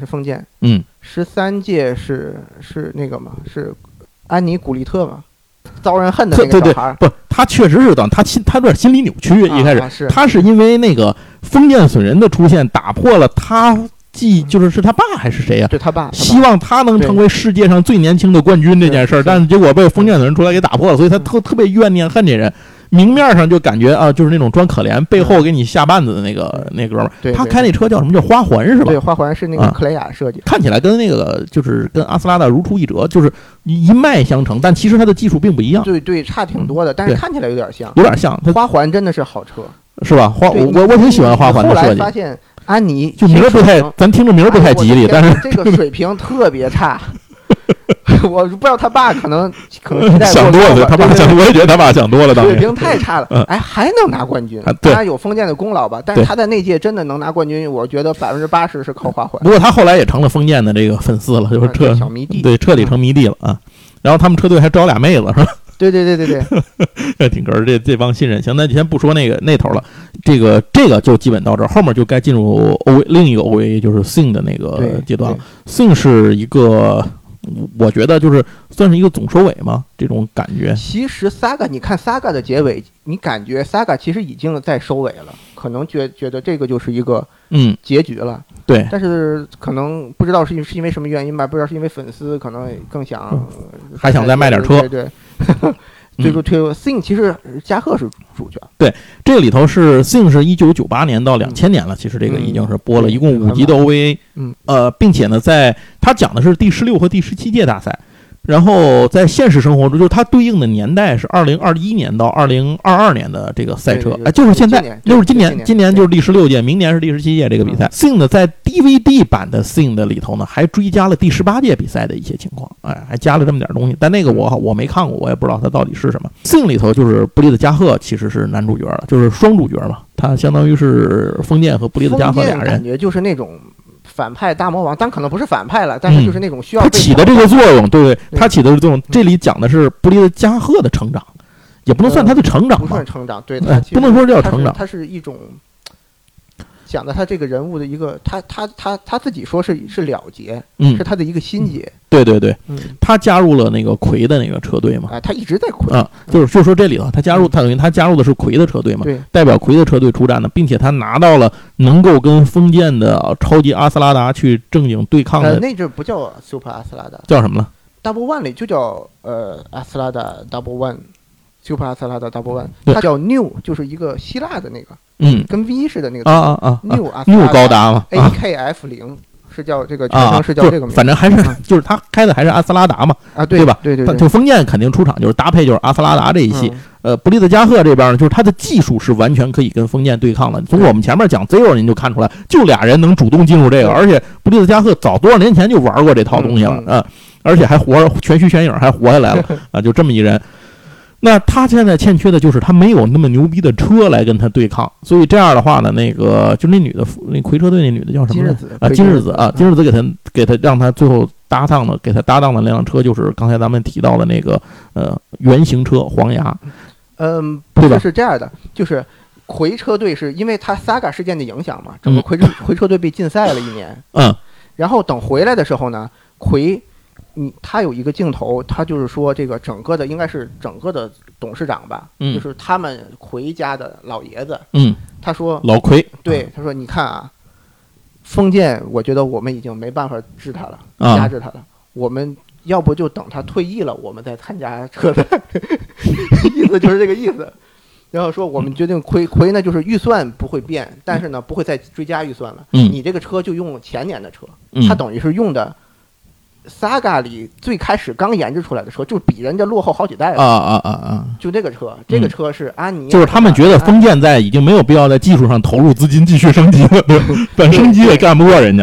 ，13届是那个嘛，是安妮古利特嘛，遭人恨的那个小孩。 不，他确实是他有点心理扭曲。一开始他是因为那个封建损人的出现，打破了他就是他爸还是谁呀？ 对，他爸希望他能成为世界上最年轻的冠军这件事儿，但是结果被封建损人出来给打破了，所以他特别怨念恨这人。明面上就感觉啊，就是那种装可怜，背后给你下绊子的那哥们儿。他开那车叫什么？叫花环是吧？ 对，花环是那个克雷亚设计， 看起来跟那个就是跟阿斯拉达如出一辙，就是一脉相承，但其实它的技术并不一样。 对，差挺多的，但是看起来有点像。 花环真的是好车， 是吧？我挺喜欢花环的设计。 后来发现安妮就名儿不太，咱听着名儿不太吉利，但是这个水平特别差。我不知道他爸可能想多了，他爸想，我也觉得他爸想多了， 水平太差了。还能拿冠军，当然有封建的功劳吧，但是他在那届真的能拿冠军，我觉得80%是靠花环。 不过他后来也成了封建的这个粉丝了，就是小迷弟， 对，彻底成迷弟了啊。然后他们车队还招俩妹子，是吧？ 对， 这挺哏儿，这帮新人。行，那先不说那头了，这个就基本到这儿，后面就该进入另一个 OVA， 就是 Sing 的那个阶段了。Sing 是一个。我觉得就是算是一个总收尾嘛，这种感觉。 其实 Saga， 你看 Saga 的结尾，你感觉 Saga 其实已经在收尾了，可能觉得这个就是一个结局了。 对。 但是可能不知道是因为什么原因吧，不知道是因为粉丝可能更想还想再卖点车。 对。最初推 Sing 其实加贺是主角。 对，这个里头是 Sing 是1998年到2000年了，其实这个已经是播了一共5集的 OVA。并且呢，在他讲的是第16和第17届大赛。然后在现实生活中，就是它对应的年代是2021年到2022年的这个赛车，就是现在，就是今年就是第16届，明年是第17届这个比赛。Sing 呢，在 DVD 版的 Sing 的里头呢，还追加了第18届比赛的一些情况，还加了这么点东西。但那个我没看过，我也不知道它到底是什么。Sing 里头就是布利德加贺其实是男主角了，就是双主角嘛，他相当于是封建和布利德加贺俩人， 感觉就是那种。反派大魔王，但可能不是反派了，但是就是那种需要他起的这个作用，对，他起的这个作用。这里讲的是布利德加贺的成长，也不能算他的成长吧， 不算成长，对， 不能说叫成长， 他是一种讲的他这个人物的一个，他自己说是了结，是他的一个心结。 对，他加入了那个魁的那个车队嘛， 他一直在魁啊，就是说这里头他等于他加入的是魁的车队嘛， 对， 代表魁的车队出战的，并且他拿到了能够跟封建的超级阿斯拉达去正经对抗的。 那阵不叫 Super 阿斯拉达， 叫什么呢 ？Double One 里就叫阿斯拉达 Double One。Super 阿斯拉达 Double One， 它叫 New， 就是一个希腊的那个，跟 V 似的那个New 阿斯拉达 New 高达嘛 ，AKF0是叫这个全称是叫这个名字， 反正还是就是他开的还是阿斯拉达嘛，对吧？ 对， 就封建肯定出场就是搭配就是阿斯拉达这一系，布利德加贺这边呢，就是他的技术是完全可以跟封建对抗的。从我们前面讲 Zero 您就看出来，就俩人能主动进入这个，而且布利德加贺早多少年前就玩过这套东西了而且还全虚全影还活下来了就这么一人。那他现在欠缺的就是他没有那么牛逼的车来跟他对抗，所以这样的话呢，那个就那女的，那魁车队那女的叫什么？金日子给他让他最后给他搭档的那辆车就是刚才咱们提到的那个原型车黄牙。 不是这样的，就是魁车队是因为他 Saga 事件的影响嘛，整个魁车队被禁赛了1年。然后等回来的时候呢，他有一个镜头，他就是说这个整个的应该是整个的董事长吧，就是他们魁家的老爷子，他说老魁， 对，他说你看啊，封建我觉得我们已经没办法治他了，压制他了，我们要不就等他退役了，我们再参加车赛，意思就是这个意思。然后说我们决定魁呢，就是预算不会变，但是呢不会再追加预算了，你这个车就用前年的车，他等于是用的。Saga 里最开始刚研制出来的车，就比人家落后好几代了就这个车，这个车是安妮， 就是他们觉得封建在已经没有必要在技术上投入资金继续升级了，对，本升级也干不过人家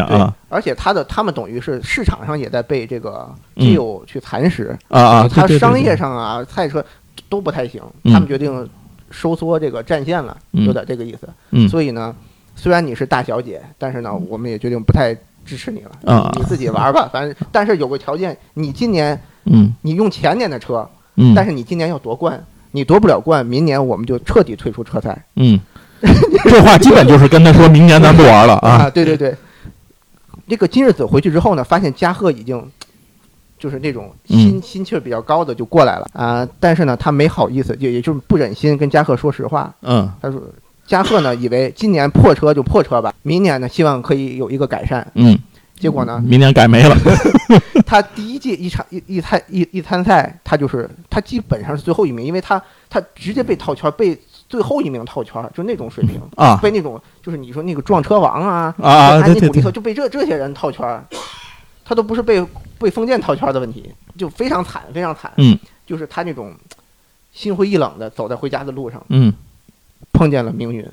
而且他们等于是市场上也在被这个基友去蚕食他商业上啊赛车都不太行，他们决定收缩这个战线了，有点这个意思。所以呢，虽然你是大小姐，但是呢，我们也决定不太支持你了，你自己玩吧。反正但是有个条件，你今年你用前年的车，但是你今年要夺冠，你夺不了冠，明年我们就彻底退出车赛。 这话基本就是跟他说明年咱不玩了啊。 对对对。这个金日子回去之后呢，发现加贺已经就是那种心气儿比较高的就过来了啊，但是呢，他没好意思，也就是不忍心跟加贺说实话。他说加贺呢以为今年破车就破车吧，明年呢希望可以有一个改善。结果呢， 明年改没了。 他第一届一参赛，他基本上是最后一名，因为他直接被套圈，被最后一名套圈，就那种水平啊， 被那种就是你说那个撞车王安妮古利特就被这些人套圈，他都不是被封建套圈的问题，就非常惨非常惨。就是他那种心灰意冷的走在回家的路上，碰见了明云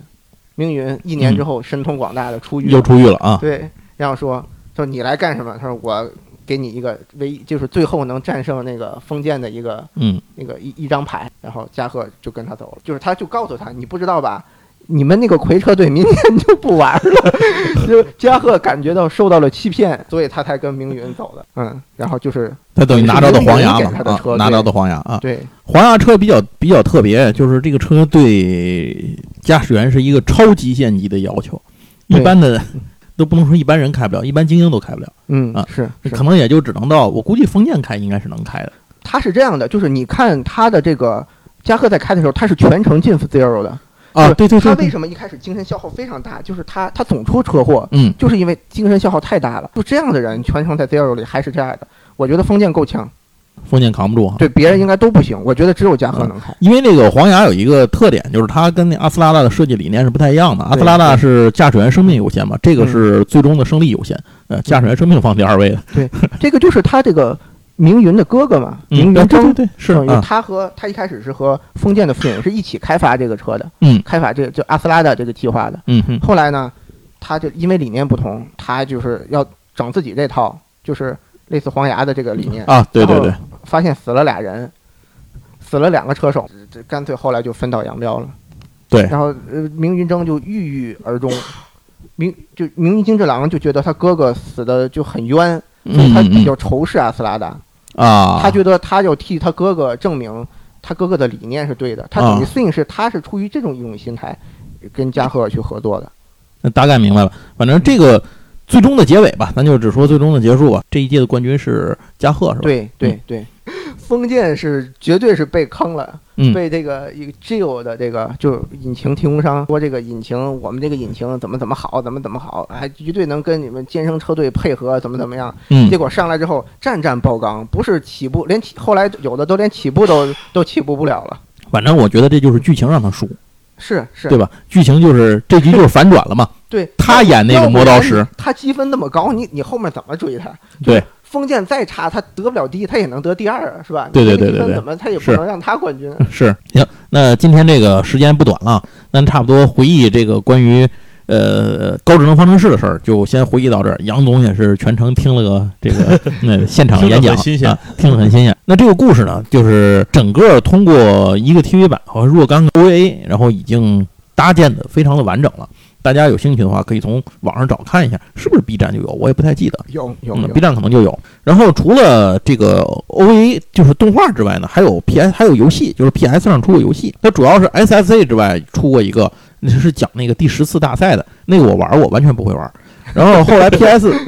1年之后神通广大的又出狱了啊。 对，然后说你来干什么？他说我给你一个唯一就是最后能战胜那个封建的一个那个一张牌。然后加贺就跟他走了，就是他就告诉他，你不知道吧，你们那个魁车队明年就不玩了。就加贺感觉到受到了欺骗，所以他才跟明云走的。然后就是他等于拿到的黄牙嘛，拿到的黄牙啊。 对， 黄牙车比较特别，就是这个车对驾驶员是一个超极限级的要求，一般的都不能说一般人开不了，一般精英都开不了。 是可能也就只能到，我估计封建开应该是能开的。 他是这样的，就是你看他的这个加贺在开的时候，他是全程进 zero 的啊。对， 他为什么一开始精神消耗非常大？就是他总出车祸，就是因为精神消耗太大了。就这样的人全程在 zero 里还是这样的，我觉得封建够呛， 封建扛不住。 对，别人应该都不行，我觉得只有加贺能开。 因为那个黄牙有一个特点，就是它跟那阿斯拉达的设计理念是不太一样的。阿斯拉达是驾驶员生命优先嘛，这个是最终的胜利优先，驾驶员生命放第二位的。 对，这个就是他这个明云的哥哥嘛，明云征。 对，是等于他一开始是和封建的父亲是一起开发这个车的，开发这个就阿斯拉的这个计划的。后来呢，他就因为理念不同，他就是要整自己这套，就是类似黄牙的这个理念啊。对， 发现死了俩人，死了2个车手，这干脆后来就分道扬镳了。 对， 然后明云征就郁郁而终，明云金治郎就觉得他哥哥死的就很冤，所以他比较仇视阿斯拉达。他觉得他要替他哥哥证明他哥哥的理念是对的，他等于信是他是出于这种一种心态跟加贺尔去合作的。 那大概明白了，反正这个最终的结尾吧，咱就只说最终的结束吧。这一届的冠军是加贺，是吧？ 对，封建是绝对是被坑了，被这个一个 Gio 的这个就是引擎提供商说这个引擎我们这个引擎怎么好，怎么好，还绝对能跟你们健身车队配合，怎么样。结果上来之后战爆缸，不是起步后来有的都连起步都起步不了了。 反正我觉得这就是剧情让他输。 是对吧？剧情就是这局就是反转了嘛。 对， 他演那个磨刀石， 他积分那么高，你后面怎么追他？ 对， 封建再差，他得不了第一，他也能得第2啊，是吧？ 对， 怎么他也不能让他冠军？ 是行，那今天这个时间不短了，那差不多回忆这个关于高智能方程式的事儿，就先回忆到这儿。杨总也是全程听了个这个现场演讲， 新鲜， 听了很新鲜。那这个故事呢，就是整个通过一个 TV 版和若干个 OVA， 然后已经搭建的非常的完整了。大家有兴趣的话，可以从网上找看一下，是不是 B 站就有，我也不太记得。 有 ，B 站可能就有。然后除了这个 OVA 就是动画之外呢，还有 PS， 还有游戏，就是 PS 上出过游戏。它主要是 SSA 之外出过一个，那是讲那个第10次大赛的，那个我玩过，完全不会玩。然后后来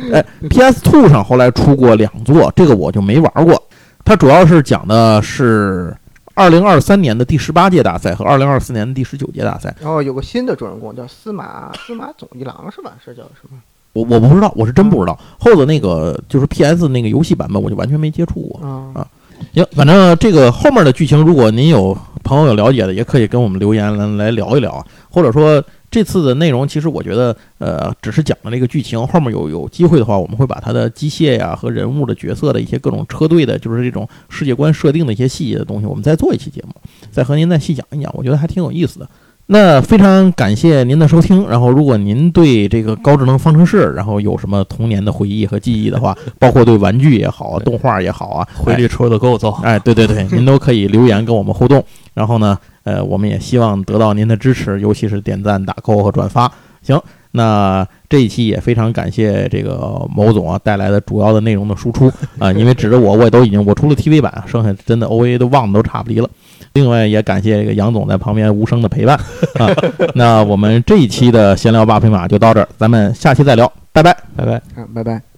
PS2 上后来出过2座，这个我就没玩过。它主要是讲的是2023年的第18届大赛和2024年的第19届大赛。 然后有个新的主人公叫司马总一郎是吧？是叫什么？ 我不知道，我是真不知道。后头那个就是 PS 那个游戏版本，我就完全没接触过啊。行，反正这个后面的剧情，如果您有朋友有了解的，也可以跟我们留言来聊一聊啊。或者说这次的内容，其实我觉得只是讲了这个剧情，后面有机会的话，我们会把它的机械呀和人物的角色的一些各种车队的，就是这种世界观设定的一些细节的东西，我们再做一期节目，再和您再细讲一讲，我觉得还挺有意思的。 那非常感谢您的收听。然后，如果您对这个高智能方程式，然后有什么童年的回忆和记忆的话，包括对玩具也好啊，动画也好啊， 回力车的构造， 对，您都可以留言跟我们互动。然后呢，我们也希望得到您的支持，尤其是点赞、打扣和转发。行，那这一期也非常感谢这个某总啊带来的主要的内容的输出啊，因为指着我也都已经我出了 TV 版，剩下真的 OVA 都忘的都差不离了。另外也感谢这个杨总在旁边无声的陪伴啊。那我们这一期的闲聊8匹马就到这儿，咱们下期再聊，拜拜， 拜拜， 拜拜。